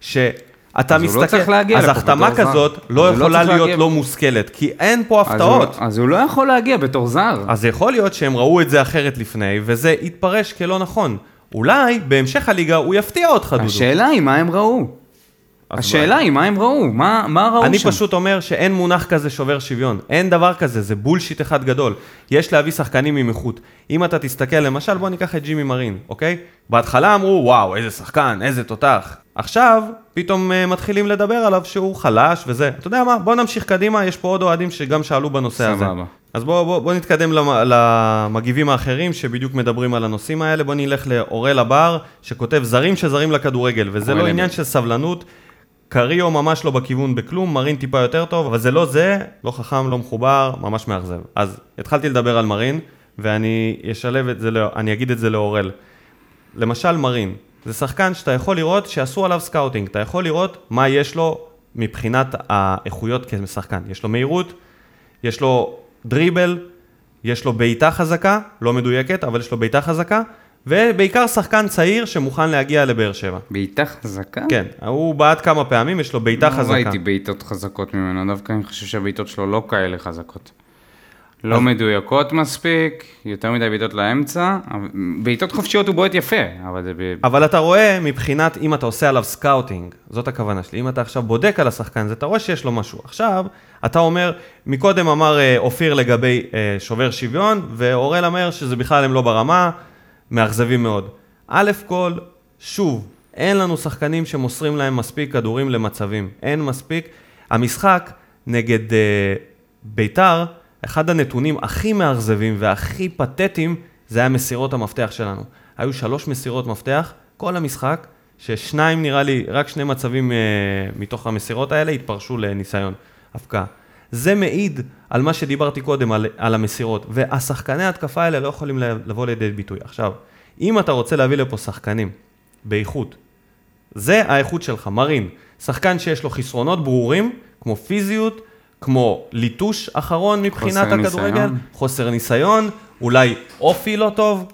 Speaker 1: שאתה מסתכל, אז החתמה כזאת לא יכולה להיות לא מושכלת, כי אין פה הפתעות.
Speaker 2: אז הוא לא יכול להגיע בתור זר.
Speaker 1: אז יכול להיות שהם ראו את זה אחרת לפני, וזה יתפרש כלא נכון. אולי בהמשך הליגה הוא יפתיע אותך, דודו.
Speaker 2: השאלה היא מה הם ראו. השאלה היא מה הם ראו, מה, מה ראו
Speaker 1: אני
Speaker 2: שם?
Speaker 1: אני פשוט אומר שאין מונח כזה שובר שוויון, אין דבר כזה, זה בולשיט אחד גדול. יש להביא שחקנים עם איכות. אם אתה תסתכל, למשל, בוא ניקח את ג'ימי מרין, אוקיי? בהתחלה אמרו, וואו, איזה שחקן, איזה תותח. עכשיו, פתאום uh, מתחילים לדבר עליו שהוא חלש וזה. אתה יודע מה? בוא נמשיך קדימה, יש פה עוד אוהדים שגם שאלו בנושא הזה. אז בוא, בוא, בוא נתקדם למגיבים האחרים שבדיוק מדברים על הנושאים האלה. בוא נלך לאורל הבר, שכותב זרים שזרים לכדורגל, וזה לא עניין של סבלנות. קריו ממש לא בכיוון בכלום, מרין טיפה יותר טוב, אבל זה לא זה, לא חכם, לא מחובר, ממש מאכזב. אז התחלתי לדבר על מרין, ואני אשלב את זה, אני אגיד את זה לאורל. למשל מרין, זה שחקן שאתה יכול לראות שעשו עליו סקאוטינג, אתה יכול לראות מה יש לו מבחינת האיכויות כשחקן. יש לו מהירות, יש לו דריבל, יש לו בעיטה חזקה, לא מדויקת, אבל יש לו בעיטה חזקה, ובעיקר שחקן צעיר שמוכן להגיע לבאר שבע.
Speaker 2: בעיטה חזקה?
Speaker 1: כן, הוא בעט כמה פעמים, יש לו בעיטה
Speaker 2: לא
Speaker 1: חזקה.
Speaker 2: לא ראיתי בעיטות חזקות ממנו, דווקא אני חושב שהבעיטות שלו לא כאלה חזקות. לא אז... מדויקות מספיק, יותר מדי בעיטות לאמצע, בעיטות חופשיות הוא בועט יפה, אבל זה...
Speaker 1: אבל אתה רואה מבחינת, אם אתה עושה עליו סקאוטינג, זאת הכוונה שלי, אם אתה עכשיו בודק על השחקן, זה אתה רואה שיש לו משהו. עכשיו, אתה אומר, מקודם אמר אופיר לגבי שובר שוויון, ואורל אמר שזה בכלל הם לא ברמה, מאכזבים מאוד. א' כל, שוב, אין לנו שחקנים שמוסרים להם מספיק כדורים למצבים. אין מספיק. המשחק נגד uh, ביתר, אחד הנתונים הכי מאכזבים והכי פתטיים, זה היה מסירות המפתח שלנו. היו שלוש מסירות מפתח, כל המשחק, ששניים נראה לי, רק שני מצבים uh, מתוך המסירות האלה, התפרשו לניסיון הפקעה. זה מעיד על מה שדיברתי קודם, על, על המסירות, והשחקני ההתקפה האלה לא יכולים לבוא לידי ביטוי. עכשיו, אם אתה רוצה להביא לפה שחקנים באיכות, זה האיכות שלך, מרין. שחקן שיש לו חסרונות ברורים, כמו פיזיות, כמו ליטוש אחרון מבחינת הכדורגל, ניסיון. חוסר ניסיון, אולי אופי לא טוב,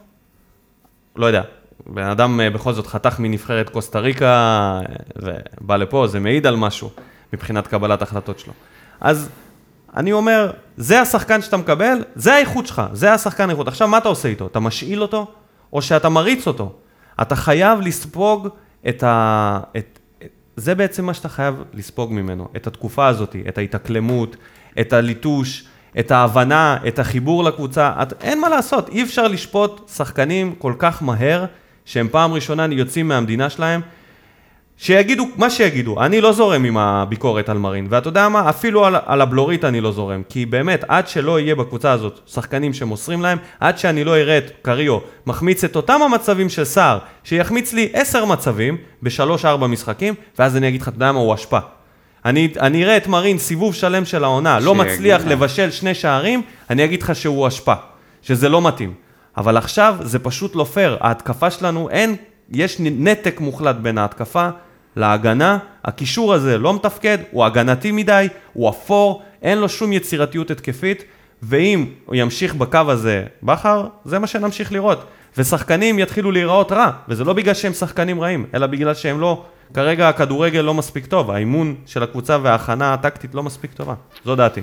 Speaker 1: לא יודע. בן אדם בכל זאת חתך מנבחרת קוסטה ריקה, ובא לפה, זה מעיד על משהו מבחינת קבלת החלטות שלו. אז אני אומר, זה השחקן שאתה מקבל, זה האיכות שלך, זה השחקן האיכות. עכשיו, מה אתה עושה איתו? אתה משאיל אותו, או שאתה מריץ אותו? אתה חייב לספוג את ה... את... זה בעצם מה שאתה חייב לספוג ממנו, את התקופה הזאת, את ההתאקלמות, את הליטוש, את ההבנה, את החיבור לקבוצה. את... אין מה לעשות, אי אפשר לשפוט שחקנים כל כך מהר, שהם פעם ראשונה יוצאים מהמדינה שלהם, שיגידו מה שיגידו, אני לא זורם עם הביקורת על מרין, ואתה יודע מה, אפילו על, על הבלורית אני לא זורם, כי באמת, עד שלא יהיה בקבוצה הזאת שחקנים שמוסרים להם, עד שאני לא אראה את קריו מחמיץ את אותם המצבים של סער, שיחמיץ לי עשר מצבים בשלוש ארבע משחקים, ואז אני אגיד לך, אתה יודע מה, הוא השפע. אני, אני אראה את מרין סיבוב שלם של העונה, לא מצליח לבשל שני שערים, אני אגיד לך שהוא השפע, שזה לא מתאים. אבל עכשיו זה פשוט לא פייר, ההתקפה שלנו אין, יש נתק מוחלט בין ההתקפה להגנה, הקישור הזה לא מתפקד, הוא הגנתי מדי, הוא אפור, אין לו שום יצירתיות התקפית, ואם הוא ימשיך בקו הזה בחר, זה מה שנמשיך לראות. ושחקנים יתחילו להיראות רע, וזה לא בגלל שהם שחקנים רעים, אלא בגלל שהם לא, כרגע הכדורגל לא מספיק טוב, האימון של הקבוצה וההכנה הטקטית לא מספיק טובה. זו דעתי.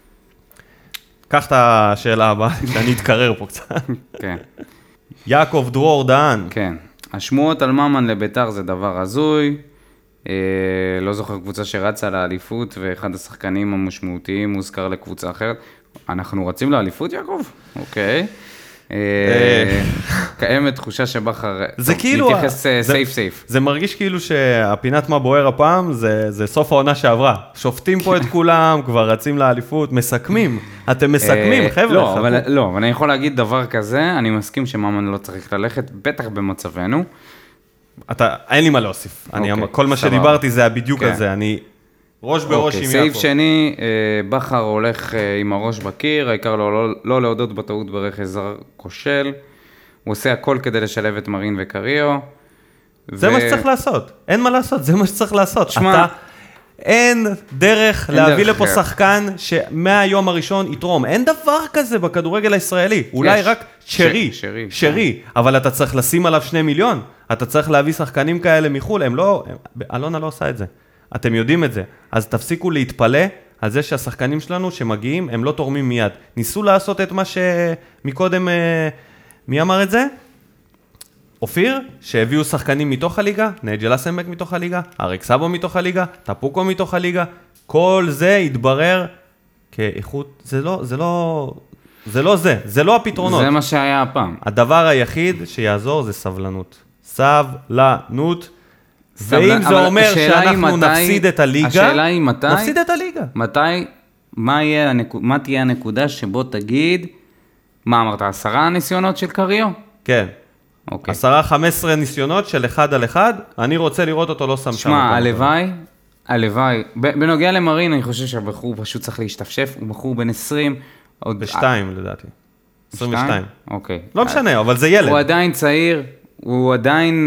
Speaker 1: קח את השאלה הבאה, שאני אתקרר פה קצת.
Speaker 2: כן.
Speaker 1: יעקב דרור דהן.
Speaker 2: כן. השמועות על ממן לביתר זה דבר הזוי. לא זוכר קבוצה שרצה לאליפות, ואחד השחקנים המשמעותיים מוזכר לקבוצה אחרת. אנחנו רצים לאליפות, יעקב? אוקיי. קיימת תחושה שבחר...
Speaker 1: זה כאילו...
Speaker 2: נתייחס סייף סייף.
Speaker 1: זה מרגיש כאילו שהפינת מה בוער הפעם, זה סוף העונה שעברה. שופטים פה את כולם, כבר רצים לאליפות, מסכמים. אתם מסכמים, חבר'ה.
Speaker 2: לא, אבל אני יכול להגיד דבר כזה, אני מסכים שממן לא צריך ללכת, בטח במצבנו.
Speaker 1: אתה, אין לי מה להוסיף. כל מה שדיברתי זה בדיוק על זה. אני ראש בראש עם יעקב.
Speaker 2: סעיף שני, בחר הולך עם הראש בקיר, העיקר לא להודות בטעות ברכש זר כושל. הוא עושה הכל כדי לשלב את מרין וקריו.
Speaker 1: זה מה שצריך לעשות. אין מה לעשות, זה מה שצריך לעשות. אתה... אין דרך להביא לפה שחקן שמהיום הראשון יתרום. אין דבר כזה בכדורגל הישראלי. אולי רק שרי, שרי. אבל אתה צריך לשים עליו שני מיליון. אתה צריך להביא שחקנים כאלה מחול. הם לא, אלונה לא עושה את זה. אתם יודעים את זה. אז תפסיקו להתפלא על זה שהשחקנים שלנו שמגיעים, הם לא תורמים מיד. ניסו לעשות את מה שמקודם, מי אמר את זה? אופיר, שהביאו שחקנים מתוך הליגה, נג'ל אסמבק מתוך הליגה, אריק סאבו מתוך הליגה, טפוקו מתוך הליגה, כל זה יתברר כאיכות, זה לא, זה לא, זה לא זה, זה לא הפתרונות.
Speaker 2: זה מה שהיה הפעם.
Speaker 1: הדבר היחיד שיעזור זה סבלנות. סבלנות, ואם זה אומר שאנחנו נפסיד את הליגה,
Speaker 2: השאלה היא מתי,
Speaker 1: נפסיד את הליגה.
Speaker 2: מתי, מה יהיה, מה תהיה הנקודה שבו תגיד, מה אמרת, עשרה ניסיונות של קריו?
Speaker 1: כן. עשרה, חמש עשרה ניסיונות של אחד על אחד, אני רוצה לראות אותו לא שם שם.
Speaker 2: שמע, הלוואי, הלוואי, בנוגע למרין, אני חושב שהבחור פשוט צריך להשתפשף, הוא בחור בן עשרים.
Speaker 1: בשתיים לדעתי. עשרים ושתיים.
Speaker 2: אוקיי.
Speaker 1: לא משנה, אבל זה ילד.
Speaker 2: הוא עדיין צעיר, הוא עדיין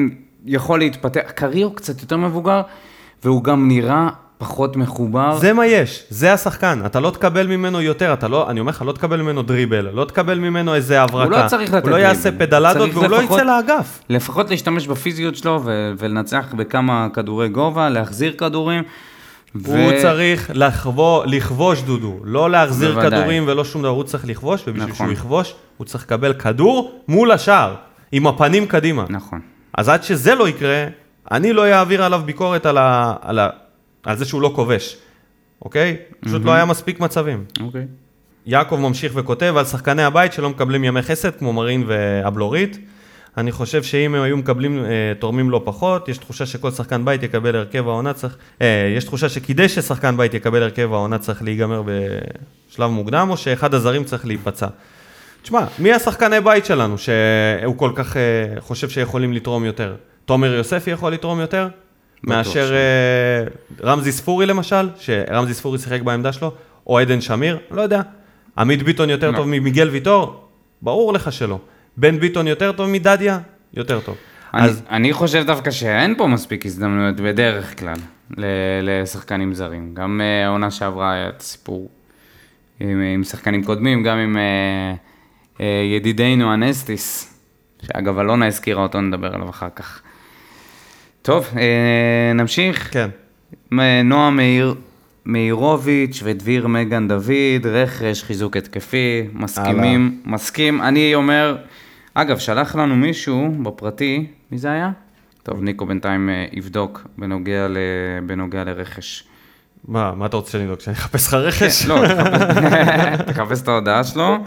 Speaker 2: יכול להתפתח, קריו קצת יותר מבוגר, והוא גם נראה פחות מחובר.
Speaker 1: זה מה יש, זה השחקן, אתה לא תקבל ממנו יותר, אתה לא, אני אומר לך, לא תקבל ממנו דריבל, לא תקבל ממנו איזה הברקה.
Speaker 2: הוא לא צריך לתת
Speaker 1: הוא לא
Speaker 2: דריבל.
Speaker 1: יעשה פדלדות והוא לא יצא לאגף.
Speaker 2: לפחות להשתמש בפיזיות שלו ו- ולנצח בכמה כדורי גובה, להחזיר כדורים.
Speaker 1: הוא צריך לחבוא, לכבוש דודו, לא להחזיר
Speaker 2: בוודאי.
Speaker 1: כדורים ולא שום דבר, הוא צריך לכבוש, ובשביל
Speaker 2: נכון.
Speaker 1: שהוא יכבוש, הוא צריך לקבל כדור מול השער, עם הפנים קדימה.
Speaker 2: נכון.
Speaker 1: אז עד שזה לא יקרה, אני לא אעביר עליו ביקורת על, ה, על, ה, על זה שהוא לא כובש, אוקיי? פשוט לא היה מספיק מצבים.
Speaker 2: אוקיי.
Speaker 1: יעקב ממשיך וכותב על שחקני הבית שלא מקבלים ימי חסד, כמו מרין ואבלורית. אני חושב שאם הם היו מקבלים, תורמים לא פחות, יש תחושה שכל שחקן בית יקבל הרכב העונה צריך, יש תחושה שכדי ששחקן בית יקבל הרכב העונה צריך להיגמר בשלב מוקדם, או שאחד הזרים צריך להיפצע. תשמע, מי השחקני בית שלנו שהוא כל כך חושב שיכולים לתרום יותר? תומר יוספי יכול לתרום יותר? מאשר רמזי ספורי למשל, שרמזי ספורי שיחק בעמדה שלו, או עדן שמיר, לא יודע. עמית ביטון יותר טוב ממיגל ויטור? ברור לך שלא. בן ביטון יותר טוב מדדיה? יותר טוב.
Speaker 2: אני, אז... אני חושב דווקא שאין פה מספיק הזדמנויות בדרך כלל לשחקנים זרים. גם העונה שעברה היה את הסיפור עם, עם שחקנים קודמים, גם עם uh, uh, ידידנו אנסטיס, שאגב אלונה הזכירה אותו, נדבר עליו אחר כך. טוב, uh, נמשיך.
Speaker 1: כן.
Speaker 2: נועה מאיר, מאירוביץ' ודביר מגן דוד, רכש, חיזוק התקפי, מסכימים, הלאה. מסכים. אני אומר, אגב, שלח לנו מישהו בפרטי, מי זה היה? טוב, ניקו בינתיים יבדוק בנוגע, ל... בנוגע לרכש.
Speaker 1: מה, מה אתה רוצה שאני אבדוק? שאני אחפש לך רכש?
Speaker 2: לא, תחפש את ההודעה שלו.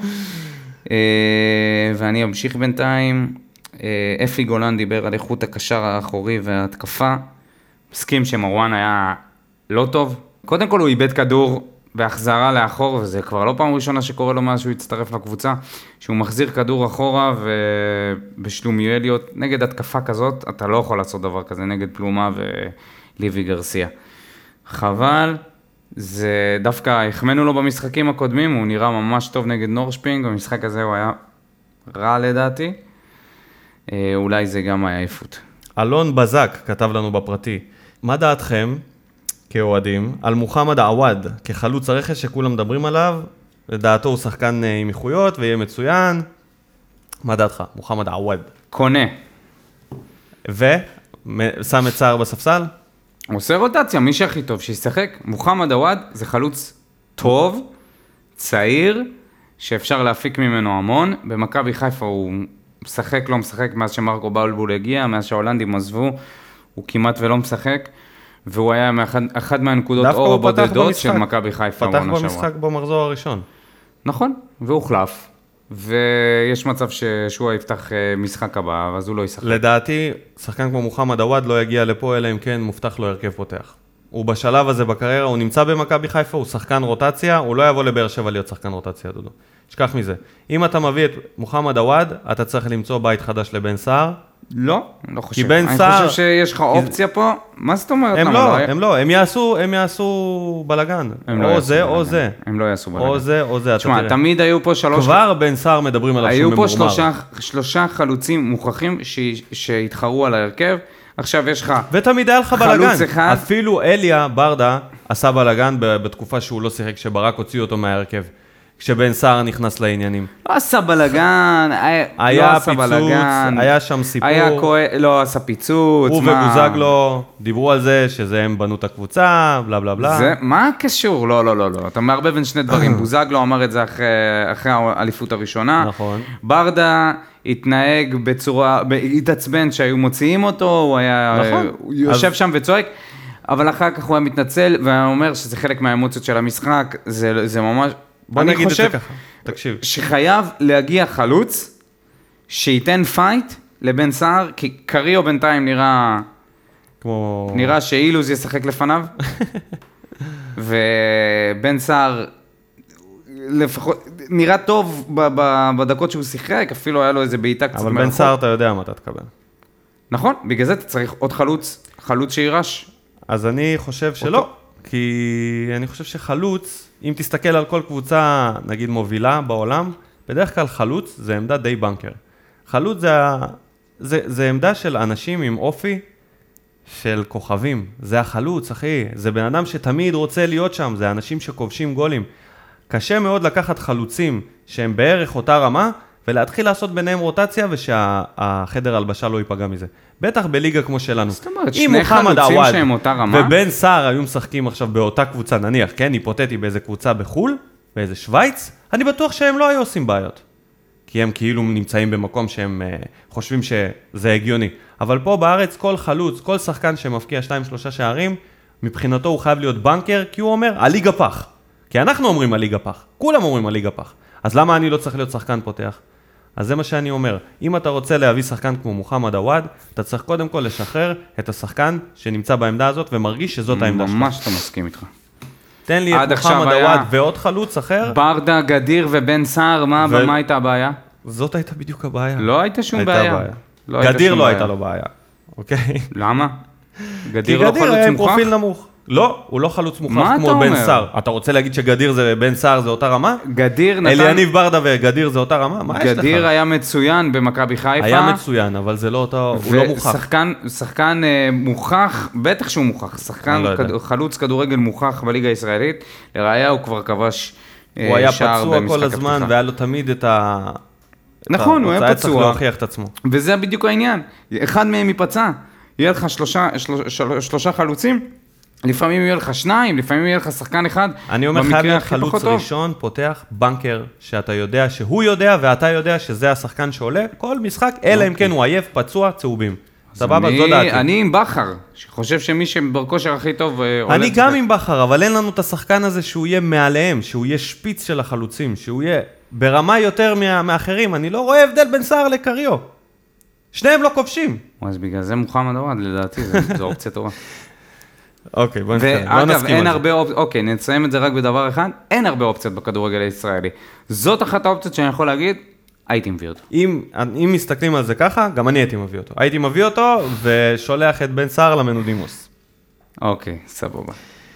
Speaker 2: ואני אמשיך בינתיים. אפי גולן דיבר על איכות הקשר האחורי וההתקפה. מסכים שמרואן היה לא טוב. קודם כל הוא איבד כדור בהחזרה לאחור, וזה כבר לא פעם ראשונה שקורה לו מאז שהוא הצטרף לקבוצה, שהוא מחזיר כדור אחורה ובשלומיאליות, נגד התקפה כזאת, אתה לא יכול לעשות דבר כזה, נגד פלומה וליבי גרסיה. חבל, זה דווקא החמנו לו במשחקים הקודמים, הוא נראה ממש טוב נגד נורשפינג, במשחק הזה הוא היה רע לדעתי, אולי זה גם היה עייפות.
Speaker 1: אלון בזק כתב לנו בפרטי, מה דעתכם כאוהדים על מוחמד עוואד כחלוץ הרכש שכולם מדברים עליו, לדעתו הוא שחקן עם איכויות ויהיה מצוין, מה דעתך? מוחמד עוואד.
Speaker 2: קונה.
Speaker 1: ושם את סער בספסל?
Speaker 2: הוא עושה רוטציה, מי שהכי טוב שישחק. מוחמד עוואד זה חלוץ טוב, צעיר, שאפשר להפיק ממנו המון. במכבי חיפה הוא משחק, לא משחק, מאז שמרקו באולבול הגיע, מאז שההולנדים עזבו, הוא כמעט ולא משחק, והוא היה מאחד, אחד מהנקודות אור הבודדות של מכבי חיפה.
Speaker 1: פתח במשחק במחזור הראשון.
Speaker 2: נכון, והוא חלף. ויש מצב ששועה יפתח משחק הבא, אז הוא לא ישחק.
Speaker 1: לדעתי, שחקן כמו מוחמד עוואד לא יגיע לפה, אלא אם כן מובטח לו הרכב פותח. הוא בשלב הזה בקריירה, הוא נמצא במכבי חיפה, הוא שחקן רוטציה, הוא לא יבוא לבאר שבע להיות שחקן רוטציה, דודו. שכח מזה. אם אתה מביא את מוחמד עוואד, אתה צריך למצוא בית חדש לבן סער.
Speaker 2: לא, לא חושב.
Speaker 1: כי בן
Speaker 2: אני
Speaker 1: סער...
Speaker 2: חושב שיש לך אופציה פה. מה זאת אומרת?
Speaker 1: הם לא, הם לא, הם יעשו, הם יעשו בלגן. או זה או זה.
Speaker 2: הם לא יעשו בלגן.
Speaker 1: או זה או זה, אתה
Speaker 2: תשמע, תמיד היו פה שלוש...
Speaker 1: כבר בן סער מדברים עליו שהוא ממורמר.
Speaker 2: היו פה שלושה חלוצים מוכחים שהתחרו על ההרכב. עכשיו יש לך
Speaker 1: ותמיד היה לך בלגן.
Speaker 2: חלוץ אחד.
Speaker 1: אפילו אליה ברדה עשה בלגן בתקופה שהוא לא שיחק, שברק הוציא אותו מההרכב. כשבן סער נכנס לעניינים.
Speaker 2: לא עשה בלגן,
Speaker 1: היה לא פיצוץ, בלגן, היה שם סיפור.
Speaker 2: היה כהן, לא עשה פיצוץ.
Speaker 1: הוא ובוזגלו דיברו על זה, שזה הם בנו את הקבוצה, בלה בלה בלה.
Speaker 2: זה, מה קשור? לא, לא, לא, לא. אתה מערבב בין שני דברים. בוזגלו אמר את זה אחרי, אחרי האליפות הראשונה.
Speaker 1: נכון.
Speaker 2: ברדה התנהג בצורה, התעצבן שהיו מוציאים אותו, הוא היה,
Speaker 1: נכון.
Speaker 2: הוא יושב אז... שם וצועק. אבל אחר כך הוא היה מתנצל, ואומר שזה חלק מהאמוציות של המשחק, זה, זה ממש...
Speaker 1: בוא נגיד את זה ככה, תקשיב.
Speaker 2: שחייב להגיע חלוץ, שייתן פייט לבן סער, כי קריו בינתיים נראה,
Speaker 1: כמו...
Speaker 2: נראה שאילוז ישחק לפניו, ובן סער לפחות, נראה טוב ב- ב- בדקות שהוא שיחק, אפילו היה לו איזה בעיטה קצת
Speaker 1: מרחוק. אבל בן סער אתה יודע מה אתה תקבל.
Speaker 2: נכון, בגלל זה אתה צריך עוד חלוץ, חלוץ שירש.
Speaker 1: אז אני חושב שלא, כי אני חושב שחלוץ, אם תסתכל על כל קבוצה, נגיד מובילה בעולם, בדרך כלל חלוץ זה עמדה די בנקר. חלוץ זה זה, זה עמדה של אנשים עם אופי של כוכבים. זה החלוץ, אחי. זה בן אדם שתמיד רוצה להיות שם. זה אנשים שכובשים גולים. קשה מאוד לקחת חלוצים שהם בערך אותה רמה, ולהתחיל לעשות ביניהם רוטציה, ושהחדר הלבשה לא ייפגע מזה. בטח בליגה כמו שלנו.
Speaker 2: זאת אומרת, שני חלוצים שהם אותה רמה.
Speaker 1: ובן סער היו משחקים עכשיו באותה קבוצה, נניח, כן, היפותטי באיזה קבוצה בחול, באיזה שוויץ, אני בטוח שהם לא היו עושים בעיות. כי הם כאילו נמצאים במקום שהם uh, חושבים שזה הגיוני. אבל פה בארץ כל חלוץ, כל שחקן שמפקיע שתיים שלושה שערים, מבחינתו הוא חייב להיות בנקר, כי הוא אומר, הליגה פח. כי אנחנו אומרים הליגה פח. כולם אומרים הליגה פח. אז למה אני לא צריך להיות שחקן פותח? אז זה מה שאני אומר. אם אתה רוצה להביא שחקן כמו מוחמד עוואד, אתה צריך קודם כל לשחרר את השחקן שנמצא בעמדה הזאת ומרגיש שזאת העמדה שלך.
Speaker 2: ממש אתה מסכים איתך.
Speaker 1: תן לי את מוחמד עוואד ועוד חלוץ אחר.
Speaker 2: ברדה, גדיר ובן סער, מה, ו... מה הייתה הבעיה?
Speaker 1: זאת הייתה בדיוק הבעיה.
Speaker 2: לא הייתה שום הייתה בעיה. בעיה.
Speaker 1: לא גדיר לא בעיה. הייתה לו בעיה. אוקיי?
Speaker 2: למה?
Speaker 1: גדיר לא חלוץ מוכח? פרופיל נמוך. לא, הוא לא חלוץ מוכח כמו בן סער. אתה רוצה להגיד שגדיר זה בן סער זה אותה רמה?
Speaker 2: גדיר נתן...
Speaker 1: אליניב ברדה וגדיר זה אותה רמה? מה יש לך?
Speaker 2: גדיר היה מצוין במכבי חיפה.
Speaker 1: היה מצוין, אבל זה לא אותו, הוא לא מוכח.
Speaker 2: ושחקן, שחקן מוכח, בטח שהוא מוכח, שחקן חלוץ כדורגל מוכח בליגה הישראלית, לראיה הוא כבר כבש שער במשחק הפתיחה.
Speaker 1: הוא היה פצוע כל הזמן והיה לו תמיד את ה...
Speaker 2: נכון, הוא היה פצוע.
Speaker 1: היה צריך להוכיח את עצמו.
Speaker 2: וזה בדיוק העניין. אחד מהם ייפצע. יהיה לך שלושה, שלושה, שלושה חלוצים, לפעמים יהיה לך שניים, לפעמים יהיה לך שחקן אחד.
Speaker 1: אני אומר, חייב להיות חלוץ ראשון, פותח בנקר, שאתה יודע, שהוא יודע, ואתה יודע שזה השחקן שעולה, כל משחק, אלא אם כן הוא עייף, פצוע, צהובים. סבבה, זו דעתי.
Speaker 2: אני עם בחר, שחושב שמי שבכושר הכי טוב עולה...
Speaker 1: אני גם עם בחר, אבל אין לנו את השחקן הזה שהוא יהיה מעליהם, שהוא יהיה שפיץ של החלוצים, שהוא יהיה ברמה יותר מאחרים. אני לא רואה הבדל בין סער לקריו. שניהם לא כובשים.
Speaker 2: אז בגלל זה מוחמד עוואד, לדעתי, זו אופציה טובה.
Speaker 1: אוקיי, בוא נסכים על זה.
Speaker 2: ואגב, אין הרבה אופציות, אוקיי, נסיים את זה רק בדבר אחד, אין הרבה אופציות בכדורגל הישראלי. זאת אחת האופציות שאני יכול להגיד, הייתי מביא אותו.
Speaker 1: אם, אם מסתכלים על זה ככה, גם אני הייתי מביא אותו. הייתי מביא אותו ושולח את בן סער למנודימוס.
Speaker 2: אוקיי, סבבה.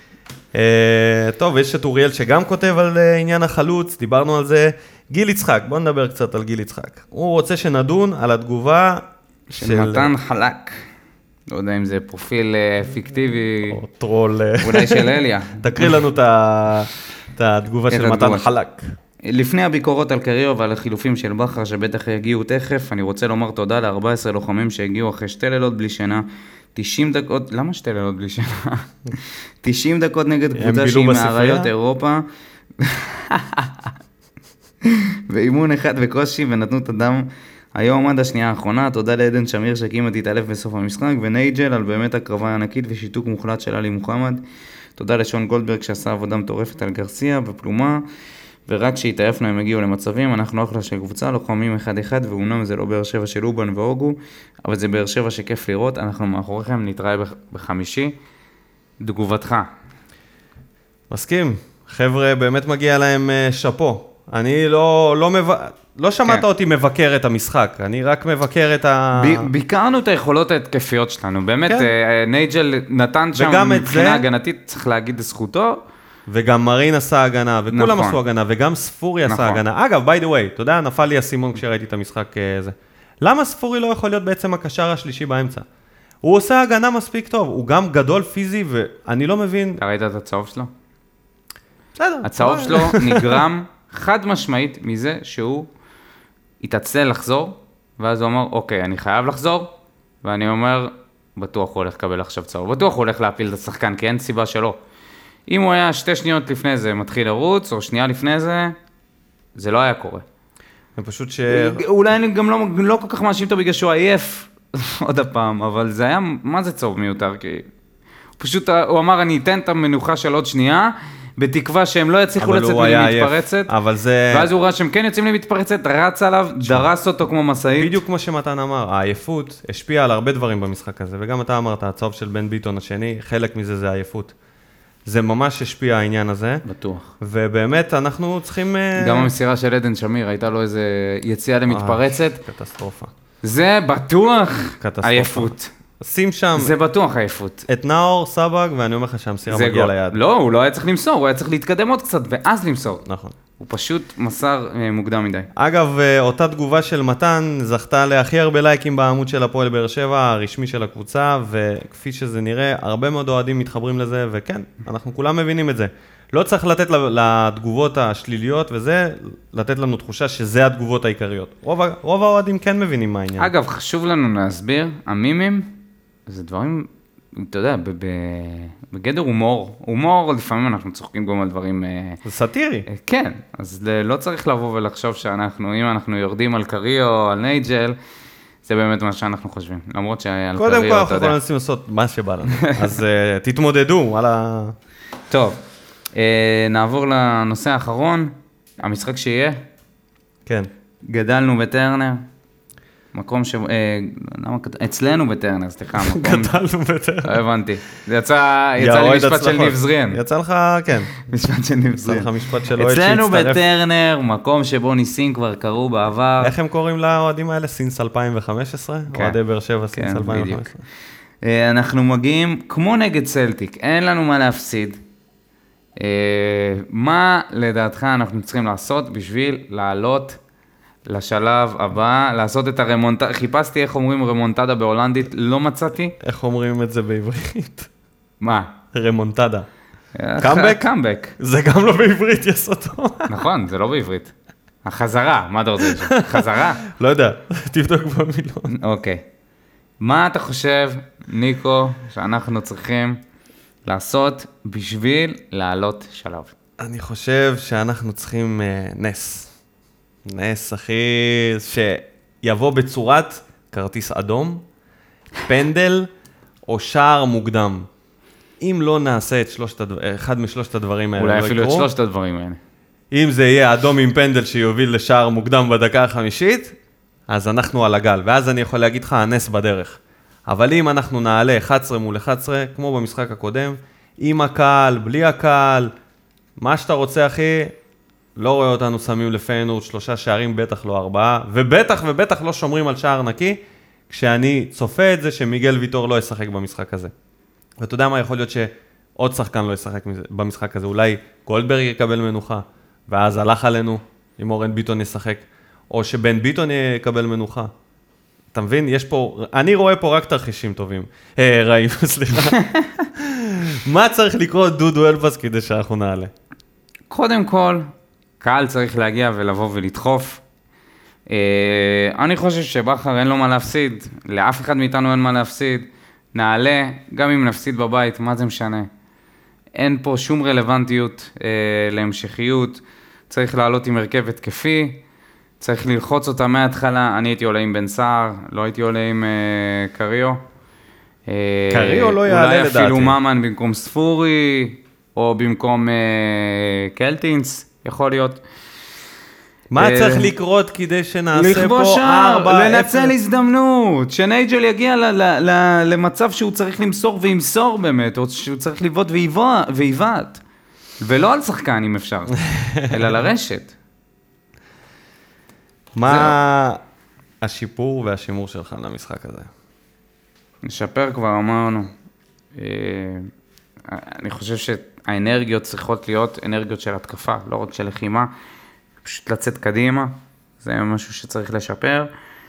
Speaker 1: טוב, יש את אוריאל שגם כותב על עניין החלוץ, דיברנו על זה. גיל יצחק, בוא נדבר קצת על גיל יצחק. הוא רוצה שנדון על התגובה
Speaker 2: של... של מתן חלק. לא יודע אם זה פרופיל פיקטיבי.
Speaker 1: או טרול.
Speaker 2: אולי של אליה.
Speaker 1: תקריא לנו את התגובה של מתן חלק.
Speaker 2: לפני הביקורות על קריו ועל החילופים של בחר שבטח יגיעו תכף, אני רוצה לומר תודה ל-ארבעה עשר לוחמים שהגיעו אחרי שתי לילות בלי שינה. תשעים דקות, למה שתי לילות בלי שינה? תשעים דקות נגד קבוצה שהיא מאריות אירופה. ואימון אחד בקושי ונתנו את הדם היום עד השנייה האחרונה. תודה לעדן שמיר שכמעט התעלף בסוף המשחק, ונייג'ל על באמת הקרבה ענקית ושיתוק מוחלט של עלי מוחמד. תודה לשון גולדברג שעשה עבודה מטורפת על גרסיה ופלומה, ורק כשהתעייפנו הם הגיעו למצבים. אנחנו אחלה של קבוצה, לוחמים אחד אחד, ואומנם זה לא באר שבע של אובן ואוגו, אבל זה באר שבע שכיף לראות. אנחנו מאחוריכם, נתראה בחמישי. תגובתך.
Speaker 1: מסכים. חבר'ה, באמת מגיע להם שפו. אני לא, לא, מב... לא שמעת כן. אותי מבקר את המשחק, אני רק מבקר את ה...
Speaker 2: ב... ביקרנו את היכולות ההתקפיות שלנו, באמת, כן. נייג'ל נתן שם מבחינה זה... הגנתית, צריך להגיד לזכותו.
Speaker 1: וגם מרין עשה הגנה, וכולם נכון. עשו הגנה, וגם ספורי נכון. עשה הגנה. אגב, by the way, אתה יודע, נפל לי הסימון כשראיתי את המשחק הזה. למה ספורי לא יכול להיות בעצם הקשר השלישי באמצע? הוא עושה הגנה מספיק טוב, הוא גם גדול פיזי, ואני לא מבין...
Speaker 2: אתה ראית את הצהוב שלו?
Speaker 1: בסדר.
Speaker 2: הצהוב שלו נגרם חד משמעית מזה שהוא התעצל לחזור, ואז הוא אומר, אוקיי, אני חייב לחזור, ואני אומר, בטוח הוא הולך לקבל עכשיו צהוב, בטוח הוא הולך להפיל את השחקן, כי אין סיבה שלא. אם הוא היה שתי שניות לפני זה מתחיל לרוץ, או שנייה לפני זה, זה לא היה קורה.
Speaker 1: זה פשוט ש...
Speaker 2: אולי אני גם לא, לא כל כך מאשים אותו בגלל שהוא עייף עוד הפעם, אבל זה היה, מה זה צהוב מיותר? כי... פשוט הוא אמר, אני אתן את המנוחה של עוד שנייה, בתקווה שהם לא יצליחו לצאת למתפרצת,
Speaker 1: אבל זה...
Speaker 2: ואז הוא ראה שהם כן יוצאים למתפרצת, רץ עליו, דרס אותו כמו מסעית.
Speaker 1: בדיוק כמו שמתן אמר, העייפות השפיעה על הרבה דברים במשחק הזה, וגם אתה אמרת, הצהוב של בן ביטון השני, חלק מזה זה העייפות. זה ממש השפיע העניין הזה.
Speaker 2: בטוח.
Speaker 1: ובאמת אנחנו צריכים...
Speaker 2: גם המסירה של עדן שמיר, הייתה לו איזה יציאה למתפרצת.
Speaker 1: קטסטרופה.
Speaker 2: זה בטוח עייפות.
Speaker 1: שים שם...
Speaker 2: זה בטוח עייפות.
Speaker 1: את נאור, סבג, ואני אומר לך שהמסירה מגיעה ליד.
Speaker 2: לא, הוא לא היה צריך למסור, הוא היה צריך להתקדם עוד קצת, ואז למסור.
Speaker 1: נכון.
Speaker 2: הוא פשוט מסר אה, מוקדם מדי.
Speaker 1: אגב, אה, אותה תגובה של מתן זכתה להכי הרבה לייקים בעמוד של הפועל באר שבע, הרשמי של הקבוצה, וכפי שזה נראה, הרבה מאוד אוהדים מתחברים לזה, וכן, אנחנו כולם מבינים את זה. לא צריך לתת לתגובות השליליות, וזה לתת לנו תחושה שזה התגובות העיקריות. רוב, רוב האוהדים כן מבינים מה העניין.
Speaker 2: אגב, חשוב לנו להסביר, המימים, זה דברים, אתה יודע, ב- ב- בגדר הומור. הומור, לפעמים אנחנו צוחקים גם על דברים... אה,
Speaker 1: זה סאטירי.
Speaker 2: אה, כן, אז ל- לא צריך לבוא ולחשוב שאנחנו, אם אנחנו יורדים על קריו או על נייג'ל, זה באמת מה שאנחנו חושבים. למרות שעל
Speaker 1: קודם כל
Speaker 2: קריו, אתה
Speaker 1: אנחנו
Speaker 2: יודע.
Speaker 1: יכולים לנסים לעשות מה שבא לנו. אז אה, תתמודדו, וואלה.
Speaker 2: טוב, אה, נעבור לנושא האחרון, המשחק שיהיה.
Speaker 1: כן.
Speaker 2: גדלנו בטרנר, מקום ש... אה, למה כת... אצלנו בטרנר, סליחה, מקום...
Speaker 1: גדלנו יותר.
Speaker 2: לא הבנתי. זה יצא, יצא לי משפט של ניב זריאן.
Speaker 1: יצא לך, כן.
Speaker 2: משפט של ניב
Speaker 1: יצא
Speaker 2: זריאן.
Speaker 1: לך משפט של אוהד
Speaker 2: אצלנו
Speaker 1: שהצטרף.
Speaker 2: בטרנר, מקום שבו ניסים כבר קרו בעבר.
Speaker 1: איך הם קוראים לאוהדים האלה? סינס אלפיים וחמש עשרה?
Speaker 2: כן.
Speaker 1: אוהדי באר שבע
Speaker 2: כן,
Speaker 1: סינס אלפיים וחמש
Speaker 2: בדיוק.
Speaker 1: עשרה.
Speaker 2: אה, אנחנו מגיעים כמו נגד סלטיק, אין לנו מה להפסיד. אה, מה לדעתך אנחנו צריכים לעשות בשביל לעלות לשלב הבא, לעשות את הרמונטדה, חיפשתי איך אומרים רמונטדה בהולנדית, לא מצאתי.
Speaker 1: איך אומרים את זה בעברית?
Speaker 2: מה?
Speaker 1: רמונטדה.
Speaker 2: קאמבק?
Speaker 1: קאמבק?
Speaker 2: קאמבק.
Speaker 1: זה גם לא בעברית, יש אותו.
Speaker 2: נכון, זה לא בעברית. החזרה, מה אתה רוצה לשאול? חזרה?
Speaker 1: לא יודע, תבדוק במילון.
Speaker 2: אוקיי. מה אתה חושב, ניקו, שאנחנו צריכים לעשות בשביל לעלות שלב?
Speaker 1: אני חושב שאנחנו צריכים אה, נס. נס, אחי, שיבוא בצורת כרטיס אדום, פנדל או שער מוקדם. אם לא נעשה את שלושת הדבר, אחד משלושת הדברים האלה,
Speaker 2: אולי
Speaker 1: לא
Speaker 2: אפילו את
Speaker 1: יקרו,
Speaker 2: שלושת הדברים האלה.
Speaker 1: אם זה יהיה אדום עם פנדל שיוביל לשער מוקדם בדקה החמישית, אז אנחנו על הגל, ואז אני יכול להגיד לך, הנס בדרך. אבל אם אנחנו נעלה אחת עשרה מול אחת עשרה, כמו במשחק הקודם, עם הקהל, בלי הקהל, מה שאתה רוצה, אחי, לא רואה אותנו שמים לפיינורד שלושה שערים, בטח לא ארבעה, ובטח ובטח לא שומרים על שער נקי, כשאני צופה את זה שמיגל ויטור לא ישחק במשחק הזה. ואתה יודע מה, יכול להיות שעוד שחקן לא ישחק במשחק הזה, אולי גולדברג יקבל מנוחה, ואז הלך עלינו, אם אורן ביטון ישחק, או שבן ביטון יקבל מנוחה. אתה מבין? יש פה, אני רואה פה רק תרחישים טובים. אה, רעים, סליחה. מה צריך לקרות דודו אלבאס כדי שאנחנו נעלה?
Speaker 2: קודם כל, קהל צריך להגיע ולבוא ולדחוף. אה, אני חושב שבחר אין לו מה להפסיד, לאף אחד מאיתנו אין מה להפסיד. נעלה, גם אם נפסיד בבית, מה זה משנה? אין פה שום רלוונטיות אה, להמשכיות, צריך לעלות עם הרכב התקפי, צריך ללחוץ אותה מההתחלה, אני הייתי עולה עם בן סער, לא הייתי עולה עם אה, קריו. אה,
Speaker 1: קריו לא יעלה
Speaker 2: אולי
Speaker 1: לדעתי.
Speaker 2: אפילו ממן במקום ספורי, או במקום אה, קלטינס, יכול להיות.
Speaker 1: מה
Speaker 2: אה,
Speaker 1: צריך לקרות כדי שנעשה
Speaker 2: לכבוש
Speaker 1: פה
Speaker 2: שער,
Speaker 1: ארבע,
Speaker 2: לנצל
Speaker 1: אפס?
Speaker 2: הזדמנות, שנייג'ל יגיע ל- ל- ל- למצב שהוא צריך למסור וימסור באמת, או שהוא צריך לבעוט ויבוע- ויבעט, ולא על שחקן אם אפשר, אלא לרשת.
Speaker 1: מה השיפור והשימור שלך למשחק הזה?
Speaker 2: נשפר כבר אמרנו, אה, אני חושב שהאנרגיות צריכות להיות אנרגיות של התקפה, לא רק של לחימה, פשוט לצאת קדימה, זה משהו שצריך לשפר,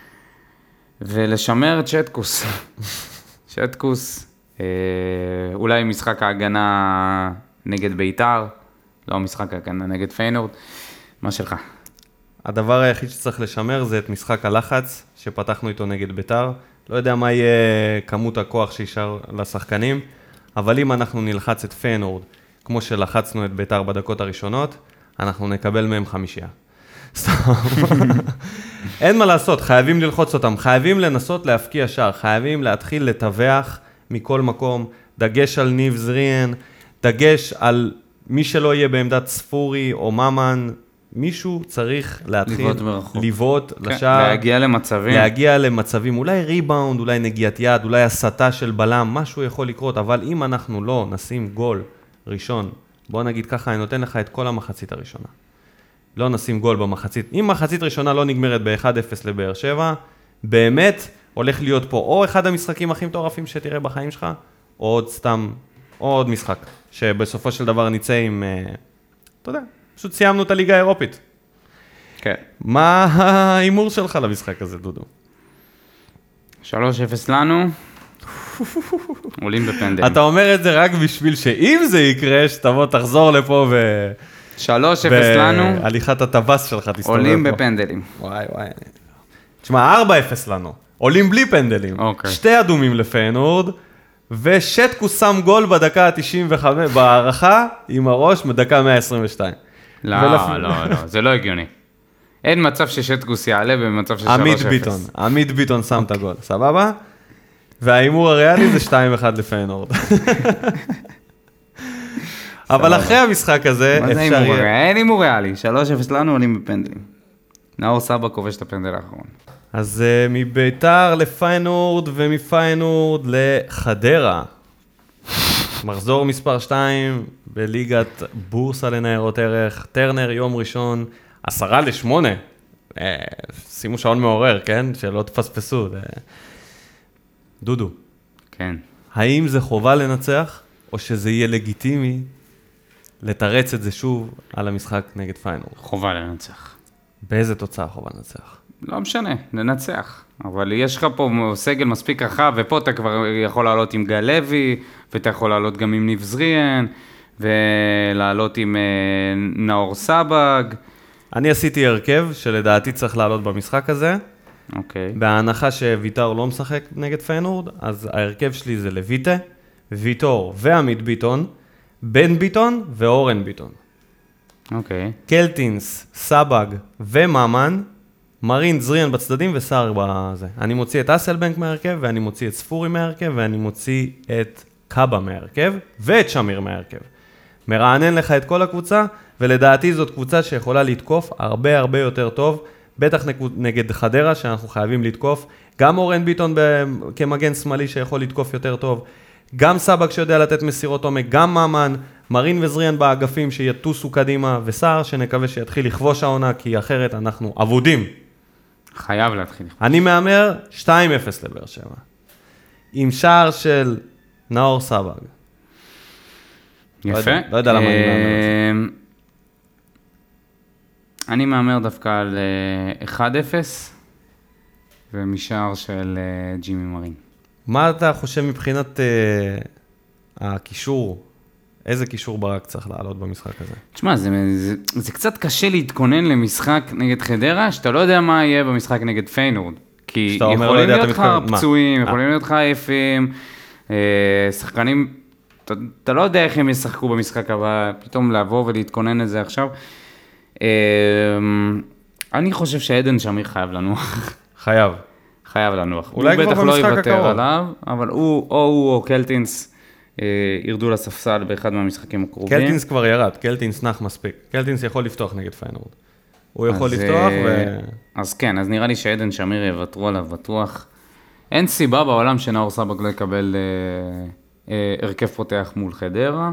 Speaker 2: ולשמר את שטקוס. שטקוס, אה, אולי משחק ההגנה נגד ביתר, לא משחק ההגנה נגד פיינורד, מה שלך?
Speaker 1: הדבר היחיד שצריך לשמר זה את משחק הלחץ שפתחנו איתו נגד ביתר. לא יודע מה יהיה כמות הכוח שישאר לשחקנים, אבל אם אנחנו נלחץ את פיינורד, כמו שלחצנו את ביתר בדקות הראשונות, אנחנו נקבל מהם חמישייה. סתם. אין מה לעשות, חייבים ללחוץ אותם, חייבים לנסות להפקיע שער, חייבים להתחיל לטווח מכל מקום, דגש על ניב זריאן, דגש על מי שלא יהיה בעמדת ספורי או ממן, מישהו צריך להתחיל
Speaker 2: לבעוט מרחוק.
Speaker 1: לבעוט
Speaker 2: כן,
Speaker 1: לשער,
Speaker 2: להגיע למצבים.
Speaker 1: להגיע למצבים, אולי ריבאונד, אולי נגיעת יד, אולי הסתה של בלם, משהו יכול לקרות, אבל אם אנחנו לא נשים גול ראשון, בוא נגיד ככה, אני נותן לך את כל המחצית הראשונה. לא נשים גול במחצית. אם מחצית ראשונה לא נגמרת ב-אחד אפס לבאר שבע, באמת הולך להיות פה או אחד המשחקים הכי מטורפים שתראה בחיים שלך, או עוד סתם, או עוד משחק, שבסופו של דבר ניצא עם, אתה יודע, פשוט סיימנו את הליגה האירופית.
Speaker 2: כן.
Speaker 1: מה ההימור שלך למשחק הזה, דודו?
Speaker 2: שלוש אפס לנו, עולים בפנדלים.
Speaker 1: אתה אומר את זה רק בשביל שאם זה יקרה, שתבוא, תחזור לפה ו...
Speaker 2: שלוש אפס לנו,
Speaker 1: בהליכת הטווס שלך תסתובב פה.
Speaker 2: עולים בפנדלים.
Speaker 1: וואי וואי. תשמע, ארבע אפס לנו. עולים בלי פנדלים.
Speaker 2: אוקיי.
Speaker 1: שתי אדומים לפיינורד, ושטקו שם גול בדקה ה-תשעים וחמש, בהערכה, עם הראש, בדקה מאה עשרים ושתיים.
Speaker 2: לא,
Speaker 1: ולפ...
Speaker 2: לא, לא, זה לא הגיוני. אין מצב ששטקוס יעלה במצב של שלוש אפס.
Speaker 1: עמית ביטון, עמית ביטון שם את הגול, סבבה? והאימור הריאלי זה שתיים אחד לפיינורד. אבל אחרי המשחק הזה,
Speaker 2: מה זה
Speaker 1: אפשר
Speaker 2: הימור
Speaker 1: יהיה...
Speaker 2: ריאלי? אין הימור ריאלי, שלוש אפס לנו עולים בפנדלים. נאור סבא כובש את הפנדל האחרון.
Speaker 1: אז uh, מביתר לפיינורד ומפיינורד לחדרה. מחזור מספר שתיים בליגת בורסה לניירות ערך, טרנר יום ראשון, עשרה לשמונה. אה, שימו שעון מעורר, כן? שלא תפספסו. אה. דודו,
Speaker 2: כן.
Speaker 1: האם זה חובה לנצח, או שזה יהיה לגיטימי לתרץ את זה שוב על המשחק נגד פיינורד?
Speaker 2: חובה לנצח.
Speaker 1: באיזה תוצאה חובה לנצח?
Speaker 2: לא משנה, ננצח. אבל יש לך פה סגל מספיק רחב, ופה אתה כבר יכול לעלות עם גל לוי, ואתה יכול לעלות גם עם ניב זריאן, ולעלות עם אה, נאור סבג.
Speaker 1: אני עשיתי הרכב שלדעתי צריך לעלות במשחק הזה.
Speaker 2: אוקיי.
Speaker 1: בהנחה שוויתר לא משחק נגד פיינורד, אז ההרכב שלי זה לויטה, ויטור ועמית ביטון, בן ביטון ואורן ביטון.
Speaker 2: אוקיי.
Speaker 1: קלטינס, סבג וממן, מרין זריאן בצדדים וסער בזה. אני מוציא את אסלבנק מהרכב, ואני מוציא את ספורי מהרכב, ואני מוציא את קאבה מהרכב, ואת שמיר מהרכב. מרענן לך את כל הקבוצה, ולדעתי זאת קבוצה שיכולה לתקוף הרבה הרבה יותר טוב, בטח נגד חדרה שאנחנו חייבים לתקוף, גם אורן ביטון כמגן שמאלי שיכול לתקוף יותר טוב, גם סבק שיודע לתת מסירות עומק, גם ממן, מרין וזריאן באגפים שיטוסו קדימה, וסער שנקווה שיתחיל לכבוש העונה, כי אחרת אנחנו עבודים.
Speaker 2: חייב להתחיל.
Speaker 1: אני מאמר שתיים אפס לבאר שבע, עם שער של נאור סבג.
Speaker 2: יפה.
Speaker 1: לא יודע, לא יודע למה אני מאמר.
Speaker 2: אני מאמר דווקא על אחד אפס, ומשער של ג'ימי מרין.
Speaker 1: מה אתה חושב מבחינת uh, הקישור? איזה קישור ברק צריך לעלות במשחק הזה?
Speaker 2: תשמע, זה, זה, זה קצת קשה להתכונן למשחק נגד חדרה, שאתה לא יודע מה יהיה במשחק נגד פיינורד. כי יכולים להיות לך פצועים, יכולים להיות לך עייפים, אה, שחקנים, אתה, אתה לא יודע איך הם ישחקו במשחק הבא, פתאום לעבור ולהתכונן לזה עכשיו. אה, אני חושב שעדן שמיר חייב לנוח.
Speaker 1: חייב.
Speaker 2: חייב לנוח.
Speaker 1: אולי כבר במשחק הקרוב.
Speaker 2: הוא בטח לא יוותר עליו, אבל הוא, או הוא או קלטינס, ירדו לספסל באחד מהמשחקים הקרובים.
Speaker 1: קלטינס כבר ירד, קלטינס נח מספיק. קלטינס יכול לפתוח נגד פיינורד. הוא יכול לפתוח ו...
Speaker 2: אז כן, אז נראה לי שעדן שמיר יוותרו עליו בטוח. אין סיבה בעולם שנאור סבג לא יקבל אה, אה, הרכב פותח מול חדרה.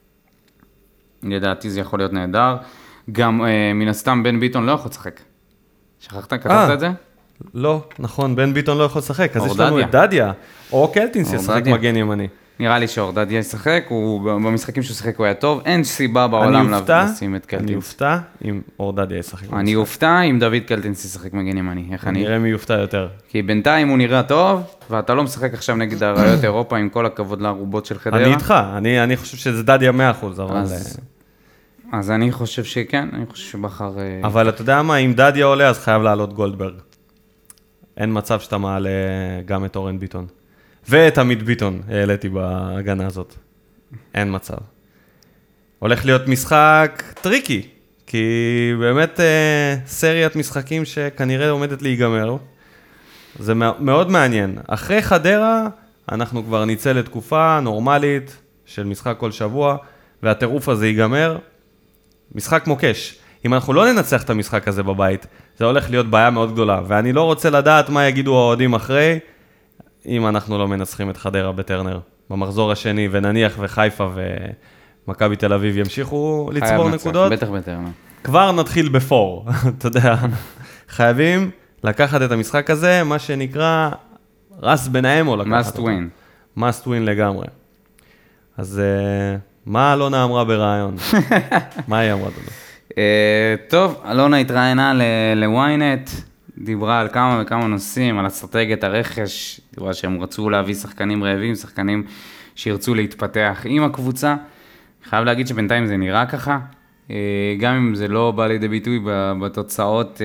Speaker 2: לדעתי זה יכול להיות נהדר. גם אה, מן הסתם בן ביטון לא יכול לשחק. שכחת? כתבת את זה?
Speaker 1: לא, נכון, בן ביטון לא יכול לשחק. אז יש לנו את דדיה, או קלטינס ישחק מגן ימני.
Speaker 2: נראה לי שאורדדיה ישחק, במשחקים שהוא שחק הוא היה טוב, אין סיבה בעולם לשים את קלטינס.
Speaker 1: אני אופתע אם אורדדיה ישחק.
Speaker 2: אני אופתע אם דוד קלטינס ישחק מגן ימני, איך אני?
Speaker 1: נראה מי יופתע יותר.
Speaker 2: כי בינתיים הוא נראה טוב, ואתה לא משחק עכשיו נגד הרעיות אירופה, עם כל הכבוד לערובות של חדרה.
Speaker 1: אני איתך, אני חושב שזה דדיה מאה אחוז, אבל...
Speaker 2: אז אני חושב שכן, אני חושב שבחר...
Speaker 1: אבל אתה יודע מה, אם דדיה עולה, אז חייב לעלות גולדברג. אין מצב שאתה מעלה גם את אורן ביטון. ואת עמית ביטון העליתי בהגנה הזאת. אין מצב. הולך להיות משחק טריקי, כי באמת אה, סריית משחקים שכנראה עומדת להיגמר. זה מאוד מעניין. אחרי חדרה, אנחנו כבר ניצא לתקופה נורמלית של משחק כל שבוע, והטירוף הזה ייגמר. משחק מוקש. אם אנחנו לא ננצח את המשחק הזה בבית, זה הולך להיות בעיה מאוד גדולה. ואני לא רוצה לדעת מה יגידו האוהדים אחרי, אם אנחנו לא מנצחים את חדרה בטרנר, במחזור השני, ונניח וחיפה ומכבי תל אביב ימשיכו לצבור נקודות.
Speaker 2: בטח בטרנר.
Speaker 1: כבר נתחיל בפור, אתה יודע. חייבים לקחת את המשחק הזה, מה שנקרא רס בנהם או לקחת אותו.
Speaker 2: must win.
Speaker 1: must win לגמרי. אז מה אלונה אמרה ברעיון? מה היא אמרה?
Speaker 2: אה, טוב, אלונה התראיינה ל-ynet, דיברה על כמה וכמה נושאים, על אסטרטגיית הרכש, דיברה שהם רצו להביא שחקנים רעבים, שחקנים שירצו להתפתח עם הקבוצה. חייב להגיד שבינתיים זה נראה ככה, גם אם זה לא בא לידי ביטוי בתוצאות,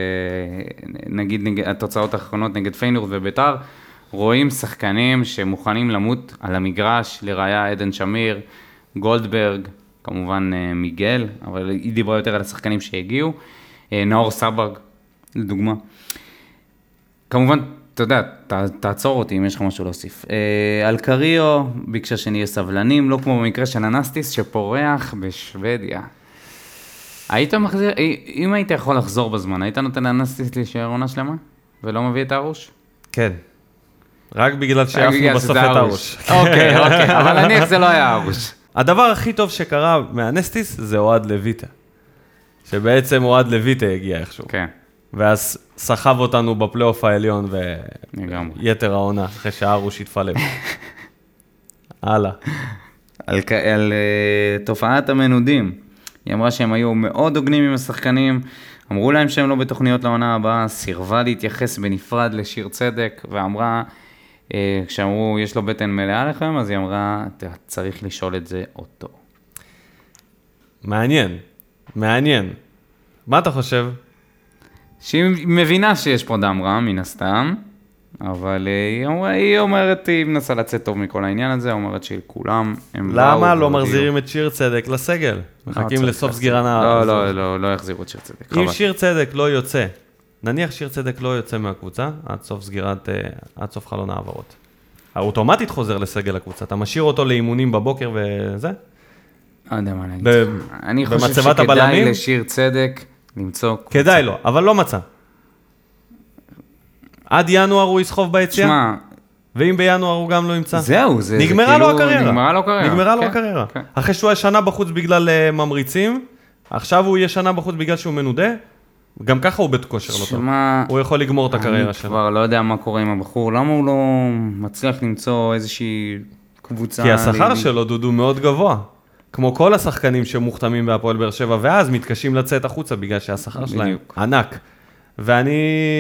Speaker 2: נגיד, נגיד התוצאות האחרונות נגד פיינורד וביתר, רואים שחקנים שמוכנים למות על המגרש, לראיה עדן שמיר, גולדברג, כמובן מיגל, אבל היא דיברה יותר על השחקנים שהגיעו, נאור סבג, לדוגמה. כמובן, אתה יודע, ת, תעצור אותי אם יש לך משהו להוסיף. על קריו, ביקשה שנהיה סבלנים, לא כמו במקרה של אנסטיס שפורח בשוודיה. היית מחזיר, אם היית יכול לחזור בזמן, היית נותן לאנסטיס להישאר עונה שלמה? ולא מביא את הראש?
Speaker 1: כן. רק בגלל שאפנו בסוף את הראש.
Speaker 2: אוקיי, אוקיי, אבל נניח זה לא היה הראש.
Speaker 1: הדבר הכי טוב שקרה מהנסטיס זה אוהד לויטה. שבעצם אוהד לויטה הגיע איכשהו.
Speaker 2: כן.
Speaker 1: ואז סחב אותנו בפלייאוף העליון
Speaker 2: לגמרי.
Speaker 1: ויתר העונה, אחרי שהארוש התפלם. הלאה.
Speaker 2: על, על uh, תופעת המנודים. היא אמרה שהם היו מאוד הוגנים עם השחקנים, אמרו להם שהם לא בתוכניות לעונה הבאה, סירבה להתייחס בנפרד לשיר צדק, ואמרה, uh, כשאמרו יש לו בטן מלאה לכם, אז היא אמרה, צריך לשאול את זה אותו.
Speaker 1: מעניין, מעניין. מה אתה חושב?
Speaker 2: שהיא מבינה שיש פה דם רע, מן הסתם, אבל היא, אומר, היא אומרת, היא מנסה לצאת טוב מכל העניין הזה, אומרת שכולם הם
Speaker 1: למה לא מחזירים את שיר צדק לסגל? מחכים לסוף סגירה נעה.
Speaker 2: לא, לא, לא, לא יחזירו את שיר צדק.
Speaker 1: אם שיר צדק לא יוצא, נניח שיר צדק לא יוצא מהקבוצה, עד סוף סגירת, עד סוף חלון העברות. האוטומטית חוזר לסגל הקבוצה, אתה משאיר אותו לאימונים בבוקר וזה?
Speaker 2: לא יודע מה להגיד. אני חושב שכדאי לשיר צדק למצוא קבוצה.
Speaker 1: כדאי לו, אבל לא מצא. עד ינואר הוא יסחוב ביציאה?
Speaker 2: תשמע,
Speaker 1: ואם בינואר הוא גם לא ימצא?
Speaker 2: זהו, זה
Speaker 1: נגמרה
Speaker 2: כאילו,
Speaker 1: לו הקריירה.
Speaker 2: נגמרה לו הקריירה.
Speaker 1: נגמרה לו הקריירה. אחרי שהוא היה שנה בחוץ בגלל ממריצים, עכשיו הוא יהיה שנה בחוץ בגלל שהוא מנודה, גם ככה הוא בית כושר לא טוב. הוא יכול לגמור את הקריירה שלו.
Speaker 2: אני כבר לא יודע מה קורה עם הבחור, למה הוא לא מצליח למצוא איזושהי קבוצה?
Speaker 1: כי השכר שלו, דודו, מאוד גבוה. כמו כל השחקנים שמוכתמים בהפועל באר שבע, ואז מתקשים לצאת החוצה בגלל שהשכר שלהם ענק. ואני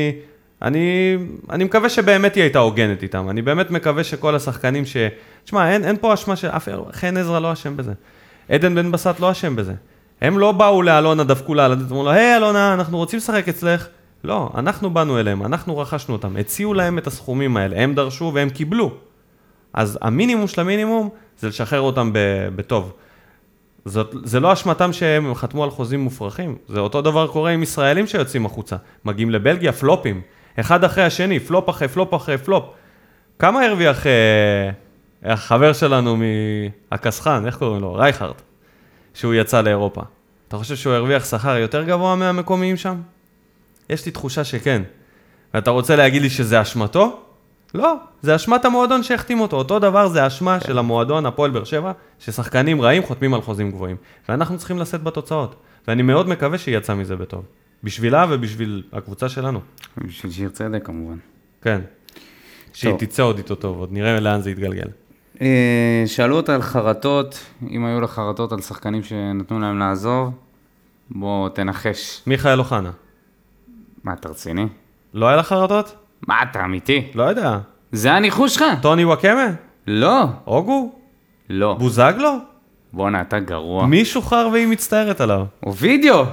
Speaker 1: אני, אני מקווה שבאמת היא הייתה הוגנת איתם. אני באמת מקווה שכל השחקנים ש... תשמע, אין, אין פה אשמה שאף... חן עזרא לא אשם בזה. עדן בן בסט לא אשם בזה. הם לא באו לאלונה, דפקו לה, אמרו לה, היי אלונה, אנחנו רוצים לשחק אצלך. לא, אנחנו באנו אליהם, אנחנו רכשנו אותם. הציעו להם את הסכומים האלה, הם דרשו והם קיבלו. אז המינימום של המינימום זה לשחרר אותם בטוב. זאת, זה לא אשמתם שהם חתמו על חוזים מופרכים. זה אותו דבר קורה עם ישראלים שיוצאים החוצה. מגיעים לבלגיה, פלופים. אחד אחרי השני, פלופ אחרי פלופ אחרי פלופ. כמה הרוויח אה, החבר שלנו מהקסחן, איך קוראים לו? רייכרד, שהוא יצא לאירופה. אתה חושב שהוא הרוויח שכר יותר גבוה מהמקומיים שם? יש לי תחושה שכן. ואתה רוצה להגיד לי שזה אשמתו? לא, זה אשמת המועדון שהחתים אותו. אותו דבר זה אשמה של המועדון, הפועל באר שבע, ששחקנים רעים חותמים על חוזים גבוהים. ואנחנו צריכים לשאת בתוצאות. ואני מאוד מקווה שהיא יצא מזה בטוב. בשבילה ובשביל הקבוצה שלנו.
Speaker 2: בשביל שיר צדק כמובן.
Speaker 1: כן. שהיא תצא עוד איתו טוב, עוד נראה לאן זה יתגלגל.
Speaker 2: שאלו אותה על חרטות, אם היו לה חרטות על שחקנים שנתנו להם לעזוב, בוא תנחש.
Speaker 1: מיכאל אוחנה.
Speaker 2: מה, אתה רציני?
Speaker 1: לא היה לה חרטות?
Speaker 2: מה, אתה אמיתי?
Speaker 1: לא יודע.
Speaker 2: זה הניחוש שלך?
Speaker 1: טוני וואקמה?
Speaker 2: לא.
Speaker 1: אוגו?
Speaker 2: לא.
Speaker 1: בוזגלו?
Speaker 2: בוא'נה, אתה גרוע.
Speaker 1: מי שוחרר והיא מצטערת עליו?
Speaker 2: אובידיו.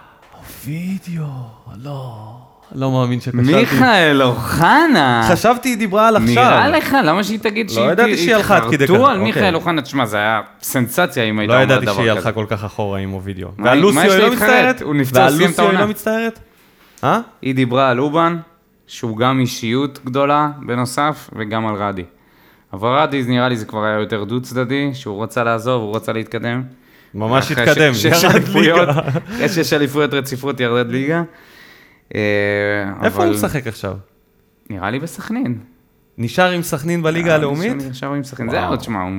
Speaker 1: אובידיו, לא. לא מאמין שקשרתי.
Speaker 2: מיכאל אוחנה.
Speaker 1: חשבתי היא דיברה על עכשיו.
Speaker 2: נראה לך, למה שהיא תגיד שהיא...
Speaker 1: לא ידעתי שהיא הלכה עד כדי ככה.
Speaker 2: על מיכאל אוחנה, תשמע, זה היה סנסציה אם הייתה
Speaker 1: לא
Speaker 2: אומרת דבר כזה.
Speaker 1: ידעתי שהיא הלכה כל כך אחורה עם אובידיו.
Speaker 2: מה
Speaker 1: והלוסיו
Speaker 2: יש
Speaker 1: היא לא
Speaker 2: להתחרט?
Speaker 1: מצטערת?
Speaker 2: הוא נפצע סיים את
Speaker 1: והלוסיו היא
Speaker 2: העונה.
Speaker 1: לא מצטערת? אה?
Speaker 2: היא דיברה על אובן, שהוא גם אישיות גדולה בנוסף, וגם על רדי. אבל רדי, נראה לי זה כבר היה יותר דו צדדי, שהוא רצה לעזוב, הוא רצה להתקדם.
Speaker 1: ממש התקדם, ירד ליגה.
Speaker 2: אחרי שיש אליפויות רציפות ירד ליגה.
Speaker 1: איפה הוא משחק עכשיו?
Speaker 2: נראה לי בסכנין.
Speaker 1: נשאר עם סכנין בליגה הלאומית?
Speaker 2: נשאר עם סכנין, זה עוד שמה, הוא...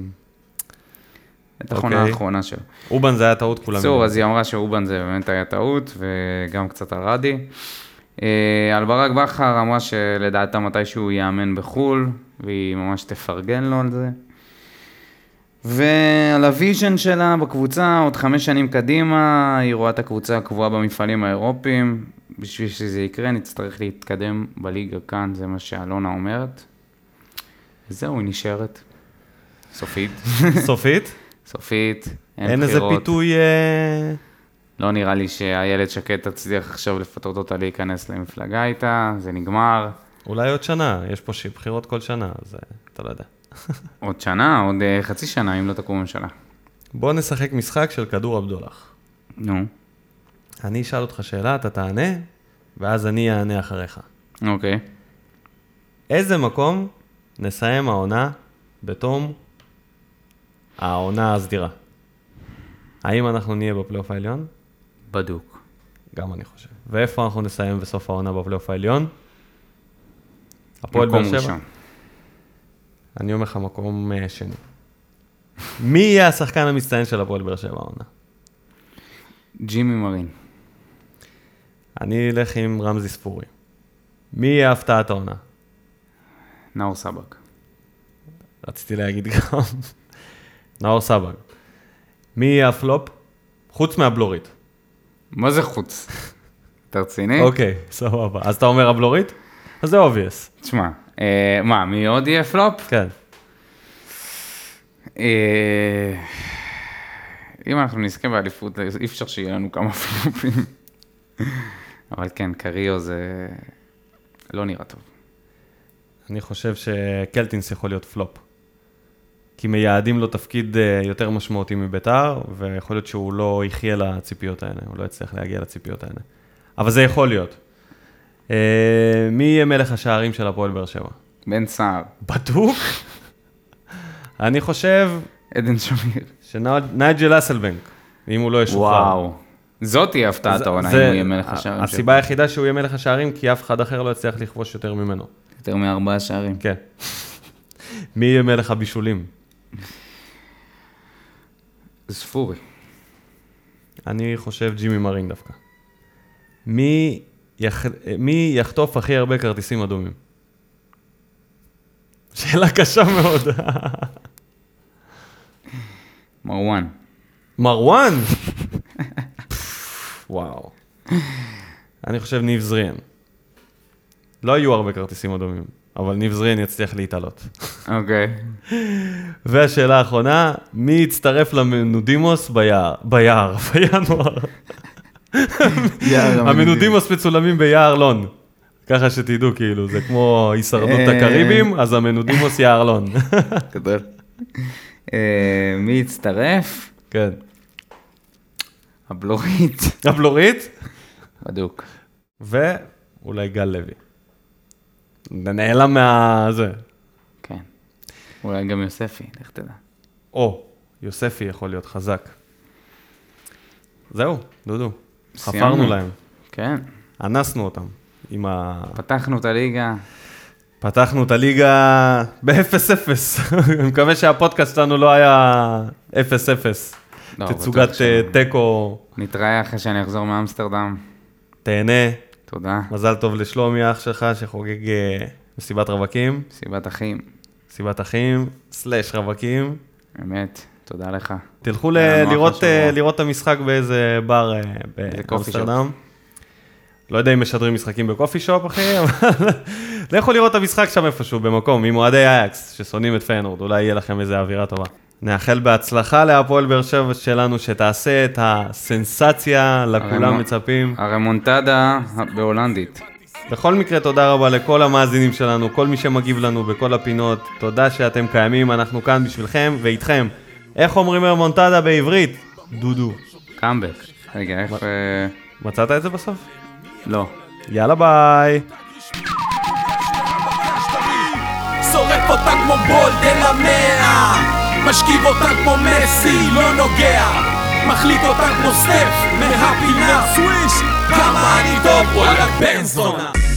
Speaker 2: את האחרונה האחרונה שלו.
Speaker 1: אובן זה היה טעות כולם.
Speaker 2: בסדר, אז היא אמרה שאובן זה באמת היה טעות, וגם קצת על רדי. על ברק בכר אמרה שלדעתה מתישהו יאמן בחול, והיא ממש תפרגן לו על זה. ועל הוויז'ן שלה בקבוצה, עוד חמש שנים קדימה, היא רואה את הקבוצה הקבועה במפעלים האירופיים. בשביל שזה יקרה, נצטרך להתקדם בליגה כאן, זה מה שאלונה אומרת. וזהו, היא נשארת. סופית.
Speaker 1: סופית?
Speaker 2: סופית, אין,
Speaker 1: אין איזה
Speaker 2: בחירות.
Speaker 1: פיתוי... אה,
Speaker 2: לא נראה לי שהילד שקט תצליח עכשיו לפתות אותה להיכנס למפלגה איתה, זה נגמר.
Speaker 1: אולי עוד שנה, יש פה ש- בחירות כל שנה, אז אה, אתה לא יודע.
Speaker 2: עוד שנה, עוד uh, חצי שנה, אם לא תקום ממשלה.
Speaker 1: בוא נשחק משחק של כדור הבדולח.
Speaker 2: נו,
Speaker 1: אני אשאל אותך שאלה, אתה תענה, ואז אני אענה אחריך.
Speaker 2: אוקיי.
Speaker 1: איזה מקום נסיים העונה בתום העונה הסדירה? האם אנחנו נהיה בפלייאוף העליון?
Speaker 2: בדוק.
Speaker 1: גם אני חושב. ואיפה אנחנו נסיים בסוף העונה בפלייאוף העליון? הפועל
Speaker 2: מקום
Speaker 1: באר שבע?
Speaker 2: ראשון.
Speaker 1: אני אומר לך מקום uh, שני. מי יהיה השחקן המצטיין של הפועל באר שבע העונה?
Speaker 2: ג'ימי מרין.
Speaker 1: אני אלך עם רמזי ספורי. מי יהיה הפתעת העונה?
Speaker 2: נאור סבק.
Speaker 1: רציתי להגיד גם. נאור סבג. מי יהיה הפלופ? חוץ מהבלורית.
Speaker 2: מה זה חוץ? אתה רציני?
Speaker 1: אוקיי, סבבה. אז אתה אומר הבלורית? אז זה אובייס.
Speaker 2: תשמע, אה, מה, מי עוד יהיה פלופ?
Speaker 1: כן.
Speaker 2: אה, אם אנחנו נזכה באליפות, אי אפשר שיהיה לנו כמה פלופים. אבל כן, קריו זה לא נראה טוב.
Speaker 1: אני חושב שקלטינס יכול להיות פלופ. כי מייעדים לו תפקיד יותר משמעותי מביתר, ויכול להיות שהוא לא יחיה לציפיות האלה, הוא לא יצליח להגיע לציפיות האלה. אבל זה יכול להיות. מי יהיה מלך השערים של הפועל באר שבע?
Speaker 2: בן סער.
Speaker 1: בדוק? אני חושב
Speaker 2: עדן שמיר.
Speaker 1: שנייג'ל אסלבנק, אם הוא לא ישוחרר.
Speaker 2: וואו. זאת תהיה הפתעת העונה, אם הוא יהיה מלך השערים שלו.
Speaker 1: הסיבה היחידה שהוא יהיה מלך השערים, כי אף אחד אחר לא יצליח לכבוש יותר ממנו.
Speaker 2: יותר מארבעה שערים.
Speaker 1: כן. מי יהיה מלך הבישולים?
Speaker 2: ספורי.
Speaker 1: אני חושב ג'ימי מרין דווקא. מי, יח... מי יחטוף הכי הרבה כרטיסים אדומים? שאלה קשה מאוד.
Speaker 2: מרואן.
Speaker 1: מרואן? וואו. אני חושב ניב זריאן. לא יהיו הרבה כרטיסים אדומים, אבל ניב זריאן יצליח להתעלות.
Speaker 2: אוקיי.
Speaker 1: והשאלה האחרונה, מי יצטרף למנודימוס ביער? ביער, בינואר. המנודימוס מצולמים ביער לון. ככה שתדעו, כאילו, זה כמו הישרדות הקריבים, אז המנודימוס יער לון.
Speaker 2: גדול. מי יצטרף?
Speaker 1: כן.
Speaker 2: הבלורית.
Speaker 1: הבלורית?
Speaker 2: בדוק.
Speaker 1: ואולי גל לוי. זה נעלם מה... זה.
Speaker 2: כן. אולי גם יוספי, לך תדע.
Speaker 1: או, יוספי יכול להיות חזק. זהו, דודו.
Speaker 2: סיימנו.
Speaker 1: חפרנו להם.
Speaker 2: כן.
Speaker 1: אנסנו אותם. עם ה...
Speaker 2: פתחנו את הליגה.
Speaker 1: פתחנו את הליגה ב-אפס אפס. אני מקווה שהפודקאסט שלנו לא היה אפס אפס.
Speaker 2: לא,
Speaker 1: תצוגת
Speaker 2: בטוח שלא.
Speaker 1: טקו.
Speaker 2: נתראה אחרי שאני אחזור מאמסטרדם.
Speaker 1: תהנה.
Speaker 2: תודה.
Speaker 1: מזל טוב לשלומי אח שלך שחוגג אה, מסיבת רווקים.
Speaker 2: סיבת אחים.
Speaker 1: מסיבת אחים, סלש רווקים.
Speaker 2: באמת, תודה לך.
Speaker 1: תלכו ל-
Speaker 2: היה נוח
Speaker 1: לראות,
Speaker 2: השבוע.
Speaker 1: אה, לראות את המשחק באיזה בר אה,
Speaker 2: קופי שופ.
Speaker 1: באמסטרדם. לא יודע אם משדרים משחקים בקופי שופ, אחי, אבל לכו לראות את המשחק שם איפשהו, במקום, עם אוהדי אייקס, ששונאים את פיינורד, אולי יהיה לכם איזו אווירה טובה. נאחל בהצלחה להפועל באר שבע שלנו, שתעשה את הסנסציה, לכולם
Speaker 2: הרמונ-
Speaker 1: מצפים.
Speaker 2: הרמונטדה בהולנדית.
Speaker 1: בכל מקרה, תודה רבה לכל המאזינים שלנו, כל מי שמגיב לנו בכל הפינות, תודה שאתם קיימים, אנחנו כאן בשבילכם ואיתכם. איך אומרים רמונטדה בעברית? דודו.
Speaker 2: קאמבק. רגע, איך... אה,
Speaker 1: מצאת את זה בסוף?
Speaker 2: לא.
Speaker 1: יאללה ביי.
Speaker 4: שורף אותה כמו בולדן המאה, משכיב אותה כמו מסי, לא נוגע, מחליט אותה כמו סטף, מהפינה סוויש, כמה אני טוב, וואלה בן זונה.